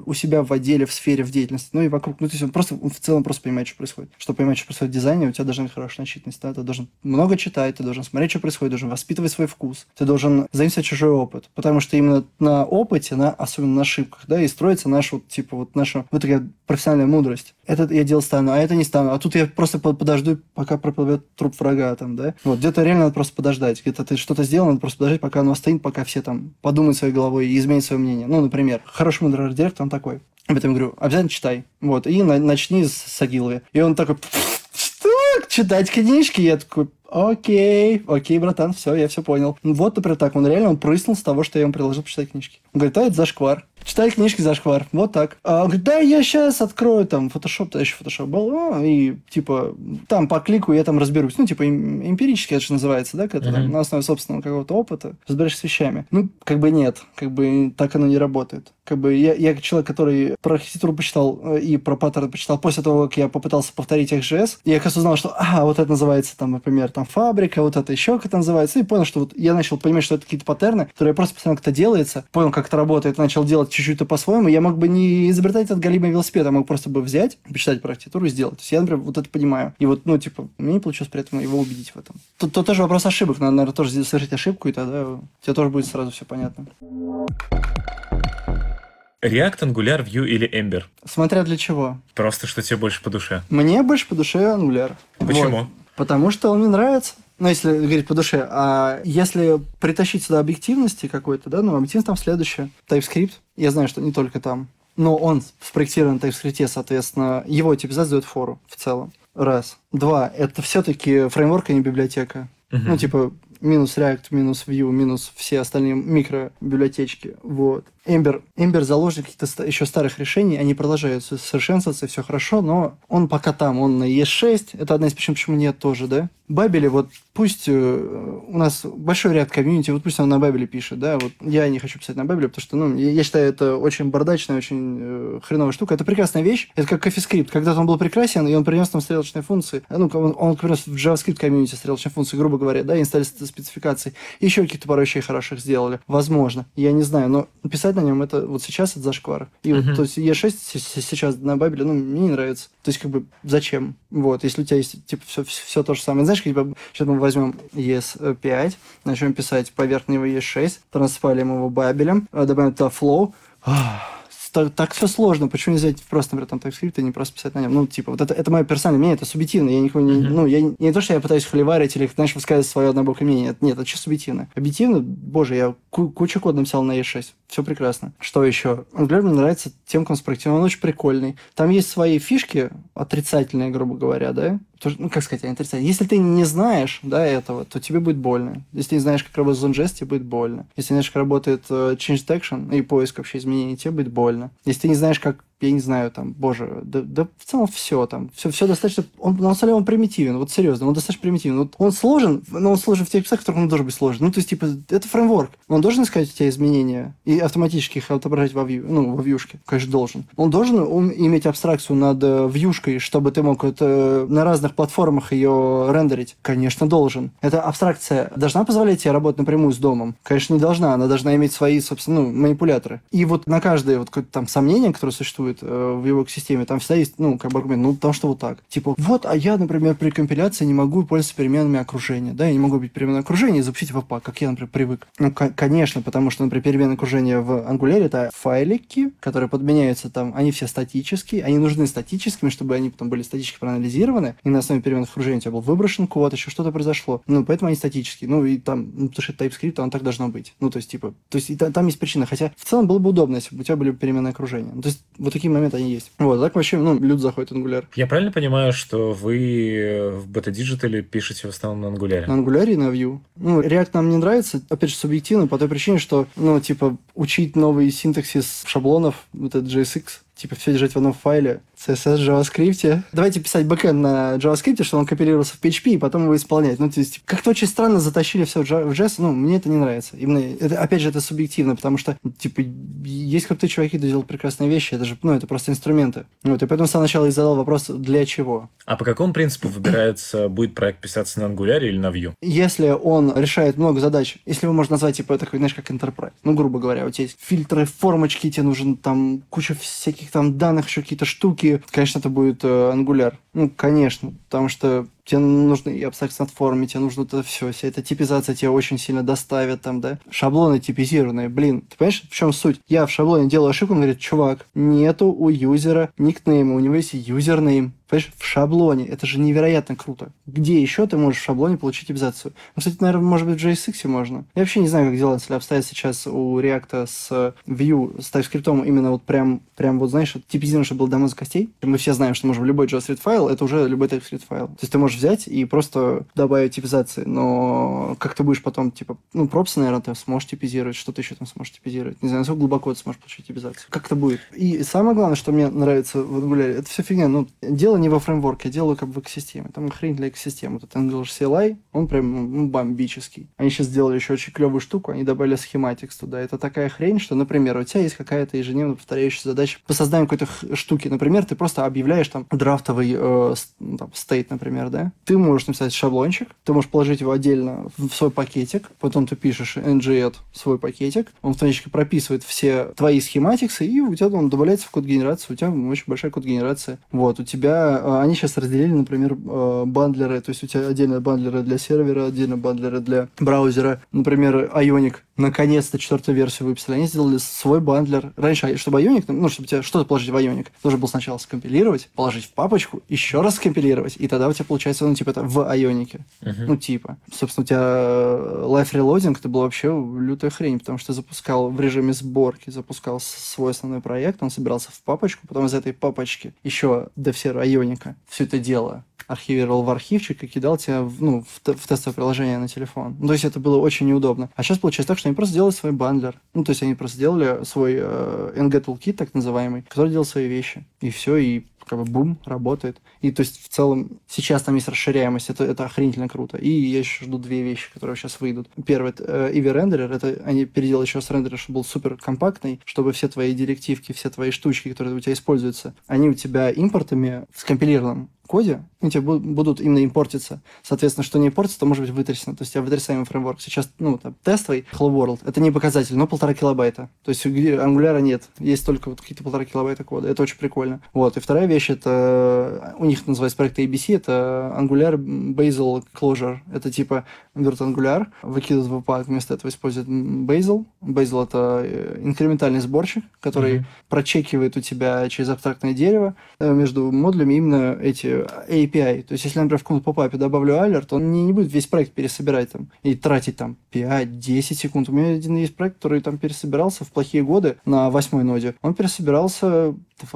у себя в отделе, в сфере, в деятельности, ну и вокруг. Ну, то есть он в целом просто понимает, что происходит. Чтобы понимать, что происходит в дизайне, у тебя должна быть хорошая начитанность, да? Ты должен много читать, ты должен смотреть, что происходит, должен воспитывать свой вкус, ты должен заимствовать чужой опыт. Потому что именно на опыте, особенно на ошибках, да, и строится наша наша вот такая профессиональная мудрость. Это я делать стану, а это не стану. А тут я просто подожду, пока проплывет труп врага, там, да. Вот, где-то реально надо просто подождать. Где-то ты что-то сделал, надо просто подождать, пока оно стоит, пока все там подумают своей головой и изменят свое мнение. Ну, например, хороший мудрый арт-директор, он такой. Об этом говорю, обязательно читай. Вот, и начни с Агиловой. И он такой, что? Читать книжки? Я такой, окей, братан, все, я все понял. Вот, например, так, он прыснул с того, что я ему предложил почитать книжки. Он говорит, это зашквар. Читай книжки, зашквар. Вот так. Он говорит, да, я сейчас открою там Photoshop, тогда еще Photoshop был, и типа там по клику я там разберусь. Ну, типа эмпирически это же называется, да, когда там, на основе собственного какого-то опыта разбираешься с вещами. Ну, как бы нет, как бы так оно не работает. Как бы я человек, который про архитектуру почитал и про паттерны почитал после того, как я попытался повторить XJS, я как раз узнал, что, вот это называется там, например, там фабрика, вот это еще как это называется, и понял, что вот я начал понимать, что это какие-то паттерны, которые я просто посмотрел, как это делается, понял, как это работает, начал делать чуть-чуть по-своему, я мог бы не изобретать этот галимый велосипед, я мог просто бы взять, почитать про архитектуру и сделать. То есть я, например, вот это понимаю. И вот, ну, типа, мне не получилось при этом его убедить в этом. Тут тоже вопрос ошибок. Надо, наверное, тоже совершить ошибку, и тогда у тебя тоже будет сразу все понятно. React, Angular, Vue или Ember? Смотря для чего. Просто что тебе больше по душе? Мне больше по душе Angular. Почему? Вот. Потому что он мне нравится. Ну, если говорить по душе. А если притащить сюда объективности какой-то, да, ну, объективность там следующее. TypeScript. Я знаю, что не только там. Но он спроектирован на TypeScript, соответственно, его типизация дает фору в целом. Раз. Два. Это все-таки фреймворк, а не библиотека. Ну, типа, минус React, минус Vue, минус все остальные микробиблиотечки. Вот. Ember заложник каких-то еще старых решений, они продолжают совершенствоваться, все хорошо, но он пока там, он на ES6, это одна из причин, почему нет тоже, да. Бабели, вот пусть у нас большой ряд комьюнити, вот пусть он на Бабеле пишет, да, вот я не хочу писать на Бабеле, потому что, ну, я считаю, это очень бардачная, очень хреновая штука, это прекрасная вещь, это как CoffeeScript, когда-то он был прекрасен, и он принес нам стрелочные функции, ну, он принес в JavaScript комьюнити стрелочные функции, грубо говоря, да, инсталляция спецификаций, еще каких-то пару вещей хороших сделали, возможно, я не знаю, но писать на нем это вот сейчас это зашквар. И вот, то есть E6 сейчас на Бабеле, ну, мне не нравится. То есть, как бы, зачем? Вот, если у тебя есть, типа, все то же самое. Знаешь, типа, сейчас мы возьмем ES5, начнем писать поверх него ES6, транспалим его Бабелем, добавим туда Flow. Так все сложно. Почему нельзя просто, например, там TypeScript и не просто писать на нем? Ну, типа, вот это мое персональное мнение, это субъективно. Я никого не... Ну, я не то, что я пытаюсь холиварить или, знаешь, высказывать свое однобокое мнение. Нет, это чисто субъективно. Объективно, боже, я кучу кода написал на E6. Все прекрасно. Что еще? Angular мне нравится тем, как он спроектирован. Он очень прикольный. Там есть свои фишки, отрицательные, грубо говоря, да? Ну, как сказать, отрицательные. Если ты не знаешь, да, этого, то тебе будет больно. Если ты не знаешь, как работает ZoneJS, тебе будет больно. Если ты не знаешь, как работает Change Detection и поиск вообще изменений, тебе будет больно. Если ты не знаешь, как, я не знаю, там, боже, да в целом все там. Все достаточно... Он, на самом деле, он примитивен. Вот серьезно, он достаточно примитивен. Вот он сложен, но он сложен в тех местах, в которых он должен быть сложен. Ну, то есть, типа, это фреймворк. Он должен искать у тебя изменения и автоматически их отображать во вьюшке. Конечно, должен. Он должен иметь абстракцию над вьюшкой, чтобы ты мог это на разных платформах ее рендерить. Конечно, должен. Эта абстракция должна позволять тебе работать напрямую с домом? Конечно, не должна. Она должна иметь свои, собственно, манипуляторы. И вот на каждое вот какое-то там сомнение, которое существует в его экосистеме, там всегда есть, ну, как бы аргумент, ну, потому что вот так. Типа, вот, а я, например, при компиляции не могу пользоваться переменными окружения, да, я не могу быть переменной окружения и запустить в пак, как я, например, привык. Ну, конечно, потому что, например, переменные окружения в Angular это файлики, которые подменяются там, они все статические, они нужны статическими, чтобы они потом были статически проанализированы, и на основе переменных окружений у тебя был выброшен код, еще что-то произошло. Ну, поэтому они статические. Ну, и там, ну, потому что это TypeScript, он так должно быть. Ну, то есть, типа, там есть причина. Хотя, в целом, было бы удобно, если бы у тебя были переменные окружения. Ну, то есть, вот такие моменты они есть. Вот, так вообще, ну, люди заходят в Angular. Я правильно понимаю, что вы в Beta Digital пишете в основном на Angular? На Angular и на Vue. Ну, React нам не нравится, опять же, субъективно, по той причине, что, ну, типа, учить новый синтаксис шаблонов, вот этот JSX, типа, все держать в одном файле, CSS, JavaScript. Давайте писать бэкэнд на JavaScript, чтобы он компилировался в PHP, и потом его исполнять. Ну, то есть, как-то очень странно затащили все в JS, ну, мне это не нравится. Именно, это, опять же, это субъективно, потому что, типа, есть крутые чуваки, кто делают прекрасные вещи, это же, ну, это просто инструменты. Вот, и поэтому с самого начала я задал вопрос, для чего? А по какому принципу выбирается, будет проект писаться на Angular или на Vue? Если он решает много задач, если его можно назвать, типа, такой, знаешь, как enterprise, ну, грубо говоря, у тебя есть фильтры, формочки, тебе нужен там куча всяких там данных, еще какие-то штуки, конечно, это будет Angular. Ну, конечно, потому что тебе нужно и абстракция над формами, тебе нужно это все, вся эта типизация тебя очень сильно доставит там, да. Шаблоны типизированные, блин, ты понимаешь, в чем суть? Я в шаблоне делаю ошибку, он говорит, чувак, нету у юзера никнейма, у него есть юзернейм. Понимаешь, в шаблоне. Это же невероятно круто. Где еще ты можешь в шаблоне получить типизацию? Ну, кстати, наверное, может быть, в JSX можно. Я вообще не знаю, как дела обстоят сейчас у React с Vue, с TypeScript, именно вот прям вот, знаешь, типизировано, чтобы было до мозга костей. Мы все знаем, что можем любой JavaScript файл, это уже любой TypeScript файл. То есть ты можешь взять и просто добавить типизации, но как ты будешь потом, типа, ну, пропсы, наверное, ты сможешь типизировать, что ты еще там сможешь типизировать. Не знаю, насколько глубоко ты сможешь получить типизацию. Как это будет? И самое главное, что мне нравится в Angular, это все фигня. Ну, дело не во фреймворке, я делаю как бы в экосистеме. Там хрень для экосистемы. Этот Angular CLI, он прям бомбический. Они сейчас сделали еще очень клевую штуку, они добавили schematics туда. Это такая хрень, что, например, у тебя есть какая-то ежедневно повторяющаяся задача по созданию какой-то штуки. Например, ты просто объявляешь там драфтовый стейт, например, да? Ты можешь написать шаблончик, ты можешь положить его отдельно в свой пакетик, потом ты пишешь ng-add свой пакетик, он автоматически прописывает все твои схематиксы, и у тебя он добавляется в код генерации, у тебя очень большая код генерация. Вот, у тебя они сейчас разделили, например, бандлеры, то есть у тебя отдельно бандлеры для сервера, отдельно бандлеры для браузера. Например, Ionic наконец-то 4-ю версию выпустили. Они сделали свой бандлер. Раньше, чтобы Ionic, ну, чтобы тебе что-то положить в Ionic, должен был сначала скомпилировать, положить в папочку, еще раз скомпилировать, и тогда у тебя получается, ну, типа, это в Ionic. Ну, типа. Собственно, у тебя Live Reloading, это была вообще лютая хрень, потому что ты запускал в режиме сборки, запускал свой основной проект, он собирался в папочку, потом из этой папочки еще DevServer Ionic все это дело архивировал в архивчик и кидал тебя в тестовое приложение на телефон. Ну, то есть это было очень неудобно. А сейчас получается так, что они просто сделали свой бандлер. Ну, то есть они просто сделали свой NG Toolkit, так называемый, который делал свои вещи. И все, и как бы бум, работает. И то есть в целом сейчас там есть расширяемость, это охренительно круто. И я еще жду две вещи, которые сейчас выйдут. Первое, это Eevee Renderer, это они переделали еще раз рендерер, чтобы был супер компактный, чтобы все твои директивки, все твои штучки, которые у тебя используются, они у тебя импортами в скомпилированном коде, у тебя будут именно импортиться. Соответственно, что не импортится, то может быть вытрясено. То есть у тебя вытрясаемый фреймворк. Сейчас, там, тестовый Hello World, это не показатель, но 1,5 килобайта. То есть Angular нет. Есть только вот какие-то 1,5 килобайта кода. Это очень прикольно. Вот. И вторая вещь, это у них называется проект ABC, это Angular Bazel Closure. Это типа берут Angular, выкидывают в Webpack, вместо этого используют Bazel. Bazel — это инкрементальный сборщик, который прочекивает у тебя через абстрактное дерево между модулями именно эти API. То есть, если, например, в каком-то попапе добавлю alert, он не будет весь проект пересобирать там и тратить там 5-10 секунд. У меня один есть проект, который там пересобирался в плохие годы на 8-й ноде. Он пересобирался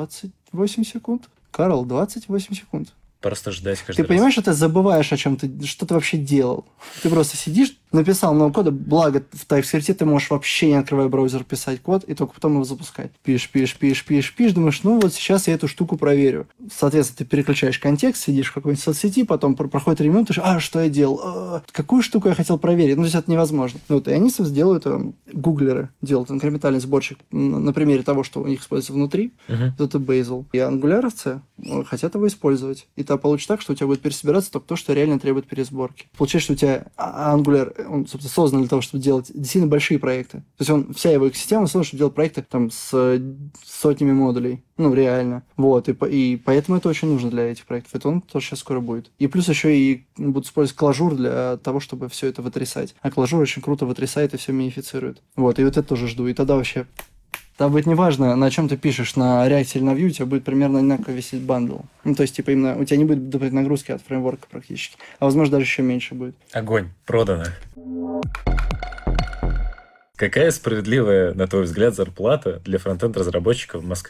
28 секунд. Карл, 28 секунд. Просто ждать каждый Ты раз. понимаешь, что ты забываешь, о чем ты, что ты вообще делал. Ты просто сидишь, написал много кода, благо в TypeScript ты можешь вообще, не открывая браузер, писать код, и только потом его запускать. Пишешь, думаешь, ну вот сейчас я эту штуку проверю. Соответственно, ты переключаешь контекст, сидишь в какой-нибудь соцсети, потом проходит 3 минуты, что я делал? Какую штуку я хотел проверить? Ну, то есть это невозможно. Вот, и они делают, гуглеры делают инкрементальный сборщик на примере того, что у них используется внутри, это Bazel. И ангуляровцы хотят его использовать. И ты получишь так, что у тебя будет пересобираться только то, что реально требует пересборки. Получается, что у тебя Angular, он, собственно, создан для того, чтобы делать действительно большие проекты. То есть вся его экосистема создана, чтобы делать проекты там с сотнями модулей. Ну, реально. Вот. И поэтому это очень нужно для этих проектов. Это он тоже сейчас скоро будет. И плюс еще и будут использовать клажур для того, чтобы все это вытрясать. А клажур очень круто вытрясает и все минифицирует. Вот. И вот это тоже жду. И тогда вообще... Там будет неважно, на чем ты пишешь, на React или на Vue, у тебя будет примерно одинаково висеть бандл. Ну, то есть, типа, именно у тебя не будет дополнительной нагрузки от фреймворка практически. А, возможно, даже еще меньше будет. Огонь. Продано. Какая справедливая, на твой взгляд, зарплата для фронтенд-разработчиков в Москве?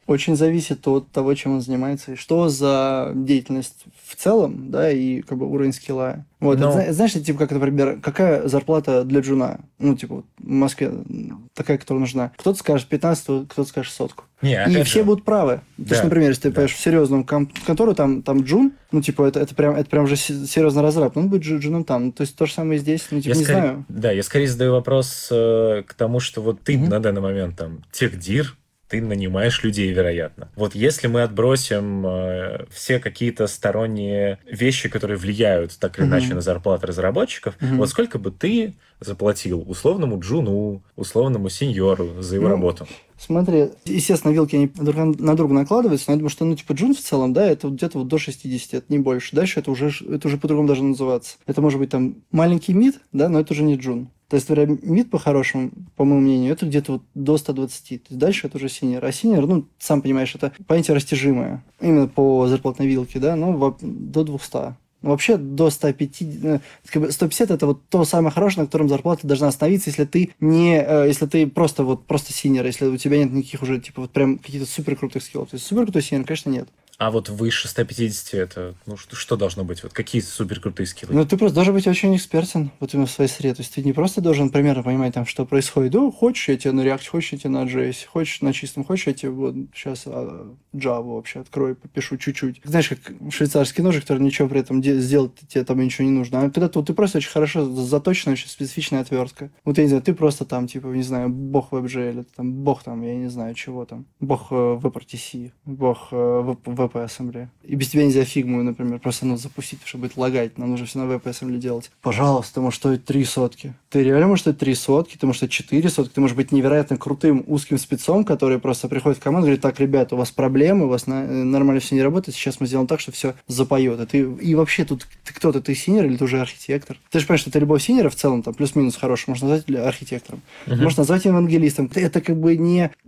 Очень зависит от того, чем он занимается, и что за деятельность в целом, да, и как бы уровень скилла. Вот, Но знаешь, типа, как, например, какая зарплата для джуна? Ну, типа, вот в Москве такая, которая нужна. Кто-то скажет 15, кто-то скажет 100. не, И опять все же, будут правы. То есть, да, например, если ты да. пойдешь в серьезную контору, там джун, ну, типа, это прям уже серьезный разраб, он будет джуном там. Ну, то есть, то же самое и здесь, ну, типа, Я не скорее, знаю. да, я скорее задаю вопрос к тому, что вот ты Мгм. на данный момент там техдир, ты нанимаешь людей, вероятно. Вот если мы отбросим все какие-то сторонние вещи, которые влияют так или иначе на Мгм. зарплаты разработчиков, вот Мгм. сколько бы ты заплатил условному джуну, условному сеньору за его Ну, работу? смотри, естественно, вилки они друг на друга накладываются, но я думаю, что, ну, типа, джун в целом, да, это вот где-то вот до 60, это не больше. Дальше это уже по-другому должно называться. Это может быть там маленький мид, да, но это уже не джун. То есть, говоря, мид, по-хорошему, по моему мнению, это где-то вот до 120. То есть, дальше это уже синер. А синер, ну, сам понимаешь, это понятие растяжимое. Именно по зарплатной вилке, да, ну, до 200. Ну, вообще до 150, как бы 150 это вот то самое хорошее, на котором зарплата должна остановиться, если ты не, если ты просто синер, если у тебя нет никаких уже, типа, вот прям каких-то супер крутых скиллов. То есть супер крутой синер, конечно, нет. А вот выше 150 это, ну, что должно быть? Вот какие суперкрутые скиллы? Ну, ты просто должен быть очень экспертен вот именно в своей среде. То есть ты не просто должен примерно понимать, там, что происходит. Ну, хочешь, я тебе на React, хочешь, я тебе на JS, хочешь на чистом, хочешь, я тебе вот сейчас Java вообще открою, попишу чуть-чуть. Знаешь, как швейцарский ножик, который ничего при этом сделать тебе там ничего не нужно. А когда ты просто очень хорошо заточена, очень специфичная отвертка. Вот я не знаю, ты просто там, типа, не знаю, бог WebGL, там, бог там, я не знаю, чего там, бог WebRTC, бог WebAssembly. И без тебя нельзя фигму, например, просто запустить, чтобы это лагать. Нам нужно все на WebAssembly делать. Пожалуйста, ты можешь стоить 3 сотки. Ты реально можешь стоить 3 сотки, ты можешь стоить 4 сотки, ты можешь быть невероятно крутым узким спецом, который просто приходит в команду и говорит: так, ребята, у вас проблемы, у вас нормально все не работает, сейчас мы сделаем так, что все запоет. И вообще тут ты кто-то, ты синер или ты уже архитектор? Ты же понимаешь, что ты любого синера в целом, там, плюс-минус хороший, можно назвать архитектором. Можно назвать евангелистом. Это как бы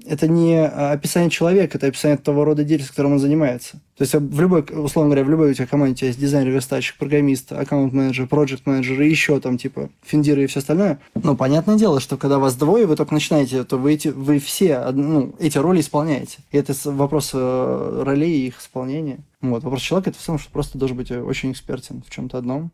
не описание человека, это описание того рода деятельности, которым он занимается. То есть в любой, условно говоря, в любой у тебя команде у тебя есть дизайнер, верстальщик, программист, аккаунт-менеджер, проект-менеджер и еще там типа финдиры и все остальное. Но понятное дело, что когда вас двое, вы только начинаете, то вы все эти роли исполняете. И это вопрос ролей и их исполнения. Вот. Вопрос человека это в целом, что просто должен быть очень экспертен в чем-то одном.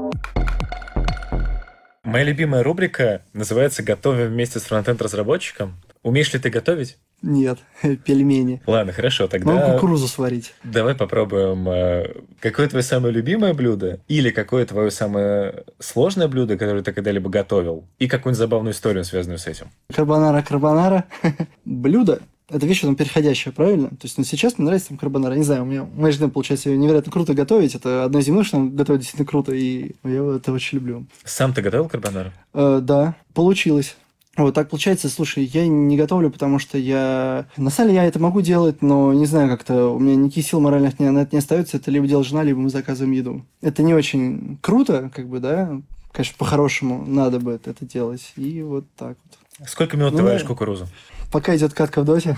Моя любимая рубрика называется «Готовим вместе с фронтенд-разработчиком». Умеешь ли ты готовить? Нет, пельмени. Ладно, хорошо, Могу тогда кукурузу сварить. давай попробуем. Какое твое самое любимое блюдо? Или какое твое самое сложное блюдо, которое ты когда-либо готовил? И какую-нибудь забавную историю, связанную с этим? Карбонара. Блюдо. Это вещь там переходящая, правильно? То есть, сейчас мне нравится там карбонара. Не знаю, у меня моя жена, получается, ее невероятно круто готовить. Это одно из земных, что она готовит действительно круто, и я это очень люблю. Сам ты готовил карбонару? Да, получилось. Вот так получается. Слушай, я не готовлю, потому что на самом деле я это могу делать, но не знаю, как-то у меня никаких сил моральных на это не остается. Это либо делает жена, либо мы заказываем еду. Это не очень круто, как бы, да. Конечно, по-хорошему надо бы это делать. И вот так вот. Сколько минут ты варишь кукурузу? Пока идет катка в доте.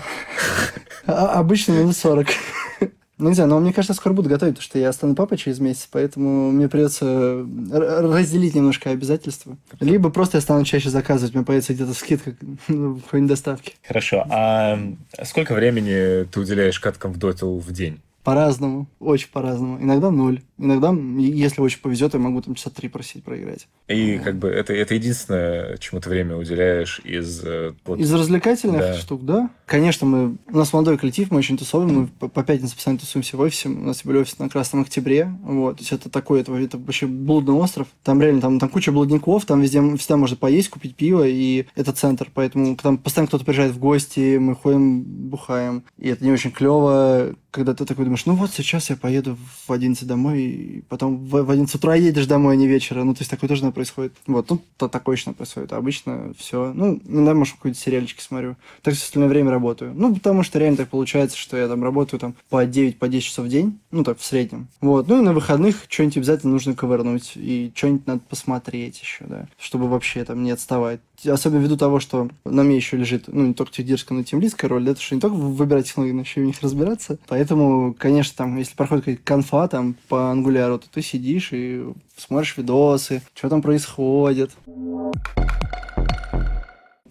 Обычно минут 40. Ну, не знаю, но мне кажется, скоро буду готовить, потому что я стану папой через месяц, поэтому мне придется разделить немножко обязательства. Либо просто я стану чаще заказывать, у меня появится где-то скидка в какой-нибудь доставке. Хорошо. А сколько времени ты уделяешь каткам в доту в день? По-разному, очень по-разному. Иногда 0. Иногда, если очень повезет, я могу там часа 3 просить проиграть. И как бы это единственное, чему ты время уделяешь из... Из развлекательных да. штук, да. Конечно, у нас молодой коллектив, мы очень тусовым, мы по пятницам постоянно тусуемся в офисе. У нас были офисы на Красном Октябре. Вот. То есть это такой, это вообще блудный остров. Там реально там куча блудников, там везде всегда можно поесть, купить пиво, и это центр. Поэтому там постоянно кто-то приезжает в гости, мы ходим, бухаем. И это не очень клево, когда ты такой думаешь, ну вот сейчас я поеду в 11 домой, и потом в 11 утра едешь домой, а не вечера. Ну, то есть такое тоже происходит. Вот, ну, такое точно происходит. А обычно все. Ну, иногда, может, какие-то сериальчики смотрю. Так все остальное время работаю. Ну, потому что реально так получается, что я там работаю там по 9-10 часов в день. Ну, так, в среднем. Вот. Ну, и на выходных что-нибудь обязательно нужно ковырнуть. И что-нибудь надо посмотреть еще, да. Чтобы вообще там не отставать. Особенно ввиду того, что на мне еще лежит, ну, не только техдирская, но и тимлидская роль, да, это что не только выбирать технологии, но еще и в них разбираться. Поэтому, конечно, там, если проходит какая-то конфа там по ангуляру, то ты сидишь и смотришь видосы, что там происходит.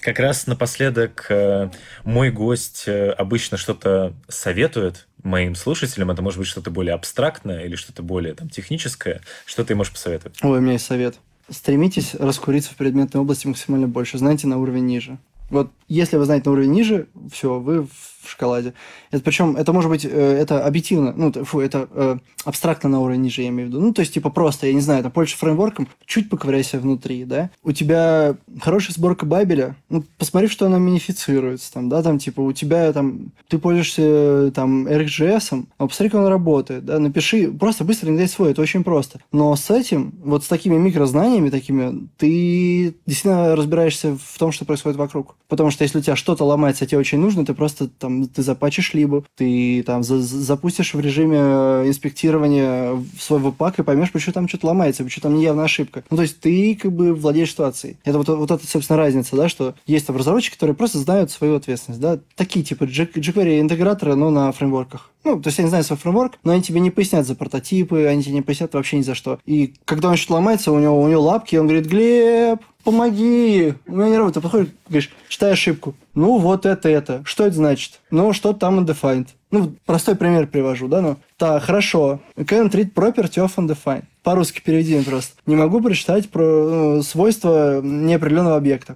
Как раз напоследок мой гость обычно что-то советует моим слушателям. Это может быть что-то более абстрактное или что-то более там, техническое. Что ты можешь посоветовать? Ой, у меня есть совет. Стремитесь раскуриться в предметной области максимально больше. Знайте на уровень ниже. Вот если вы знаете на уровень ниже, все, вы в шоколаде. Это, причем это может быть, это объективно, это абстрактно на уровень ниже, я имею в виду. Ну, то есть, типа, просто, я не знаю, там, пользуешься фреймворком, чуть поковыряйся внутри, да. У тебя хорошая сборка бабеля, ну, посмотри, что она минифицируется, там, да, там, типа, у тебя, там, ты пользуешься, там, RxJS, а посмотри, как он работает, да, напиши, просто быстро иногда свой, это очень просто. Но с этим, вот с такими микрознаниями такими, ты действительно разбираешься в том, что происходит вокруг. Потому что если у тебя что-то ломается, тебе очень нужно, ты просто там ты запачешь либо, ты там запустишь в режиме инспектирования свой веб-пак и поймешь, почему там что-то ломается, почему там неявная ошибка. Ну, то есть ты как бы владеешь ситуацией. Это вот эта, собственно, разница, да, что есть там разработчики, которые просто знают свою ответственность, да, такие типа jQuery интеграторы, но на фреймворках. Ну, то есть они знают свой фреймворк, но они тебе не пояснят за прототипы, они тебе не пояснят вообще ни за что. И когда он что-то ломается, у него лапки, он говорит: Глеб, помоги, у меня не работает. Ты подходишь, говоришь, читай ошибку. Ну, вот это. Что это значит? Ну, что там undefined. Ну, простой пример привожу, да, ну. Так, хорошо. Can treat property of undefined. По-русски переведи просто. Не могу прочитать про свойства неопределенного объекта.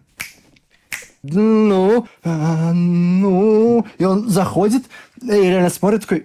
Ну, и он заходит и реально смотрит такой: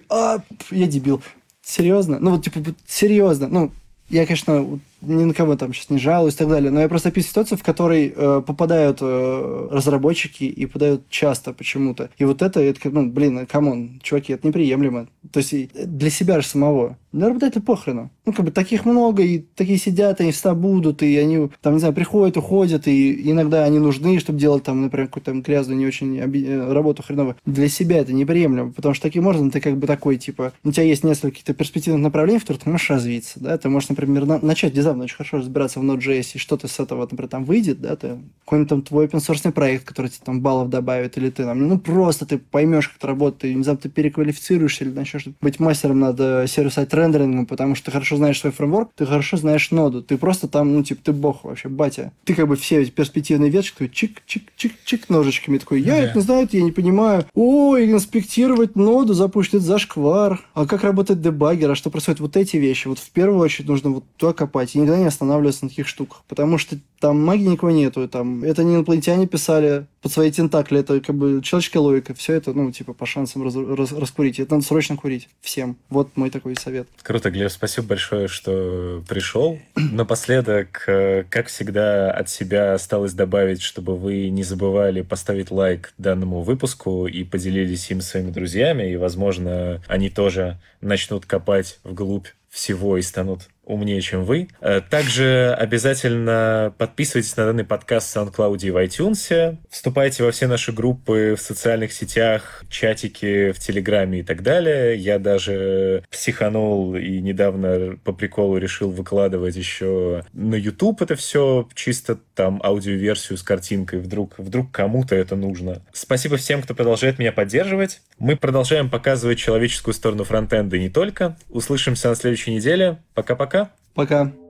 я дебил. Серьезно? Ну, вот, типа, серьезно. Ну, я, конечно, ни на кого там сейчас не жалуюсь и так далее, но я просто описываю ситуацию, в которой попадают разработчики и попадают часто почему-то. И вот это ну, блин, камон, чуваки, это неприемлемо. То есть для себя же самого. Для работодателя похрену. Ну, как бы таких много, и такие сидят, они всегда будут, и они, там, не знаю, приходят, уходят, и иногда они нужны, чтобы делать, там, например, какую-то там грязную, не очень работу хреновую. Для себя это неприемлемо, потому что таким образом ты как бы такой, типа, у тебя есть несколько каких-то перспективных направлений, в которых ты можешь развиться, да, ты можешь, например, начать внезапно очень хорошо разбираться в Node.js, и что-то с этого, например, там выйдет, да, ты какой-нибудь там твой open-source проект, который тебе там баллов добавит, или ты там, ну, просто ты поймешь, как это работает, и внезапно ты переквалифицируешься, или начнешь быть мастером над сервис-сайт рендерингом, потому что ты хорошо знаешь свой фреймворк, ты хорошо знаешь ноду, ты просто там, ну, типа, ты бог вообще, батя. Ты как бы все эти перспективные веточки, такой чик-чик-чик-чик ножичками, такой, я это не знаю, я не понимаю. Ой, инспектировать ноду, запустить зашквар. А как работает дебаггер, а что происходит? Вот эти вещи. Вот в первую очередь нужно вот туда копать и никогда не останавливаться на таких штуках, потому что там магии никого нету, там, это не инопланетяне писали под свои тентакли, это как бы человеческая логика, все это, ну, типа, по шансам раскурить, это надо срочно курить всем. Вот мой такой совет. Круто, Глеб, спасибо большое, что пришел. Напоследок, как всегда, от себя осталось добавить, чтобы вы не забывали поставить лайк данному выпуску и поделились им своими друзьями, и, возможно, они тоже начнут копать вглубь всего и станут умнее, чем вы. Также обязательно подписывайтесь на данный подкаст в SoundCloud и в iTunes. Вступайте во все наши группы в социальных сетях, чатики в Телеграме и так далее. Я даже психанул и недавно по приколу решил выкладывать еще на YouTube это все, чисто там аудиоверсию с картинкой. Вдруг кому-то это нужно. Спасибо всем, кто продолжает меня поддерживать. Мы продолжаем показывать человеческую сторону фронтенда и не только. Услышимся на следующей неделе. Пока-пока. Пока.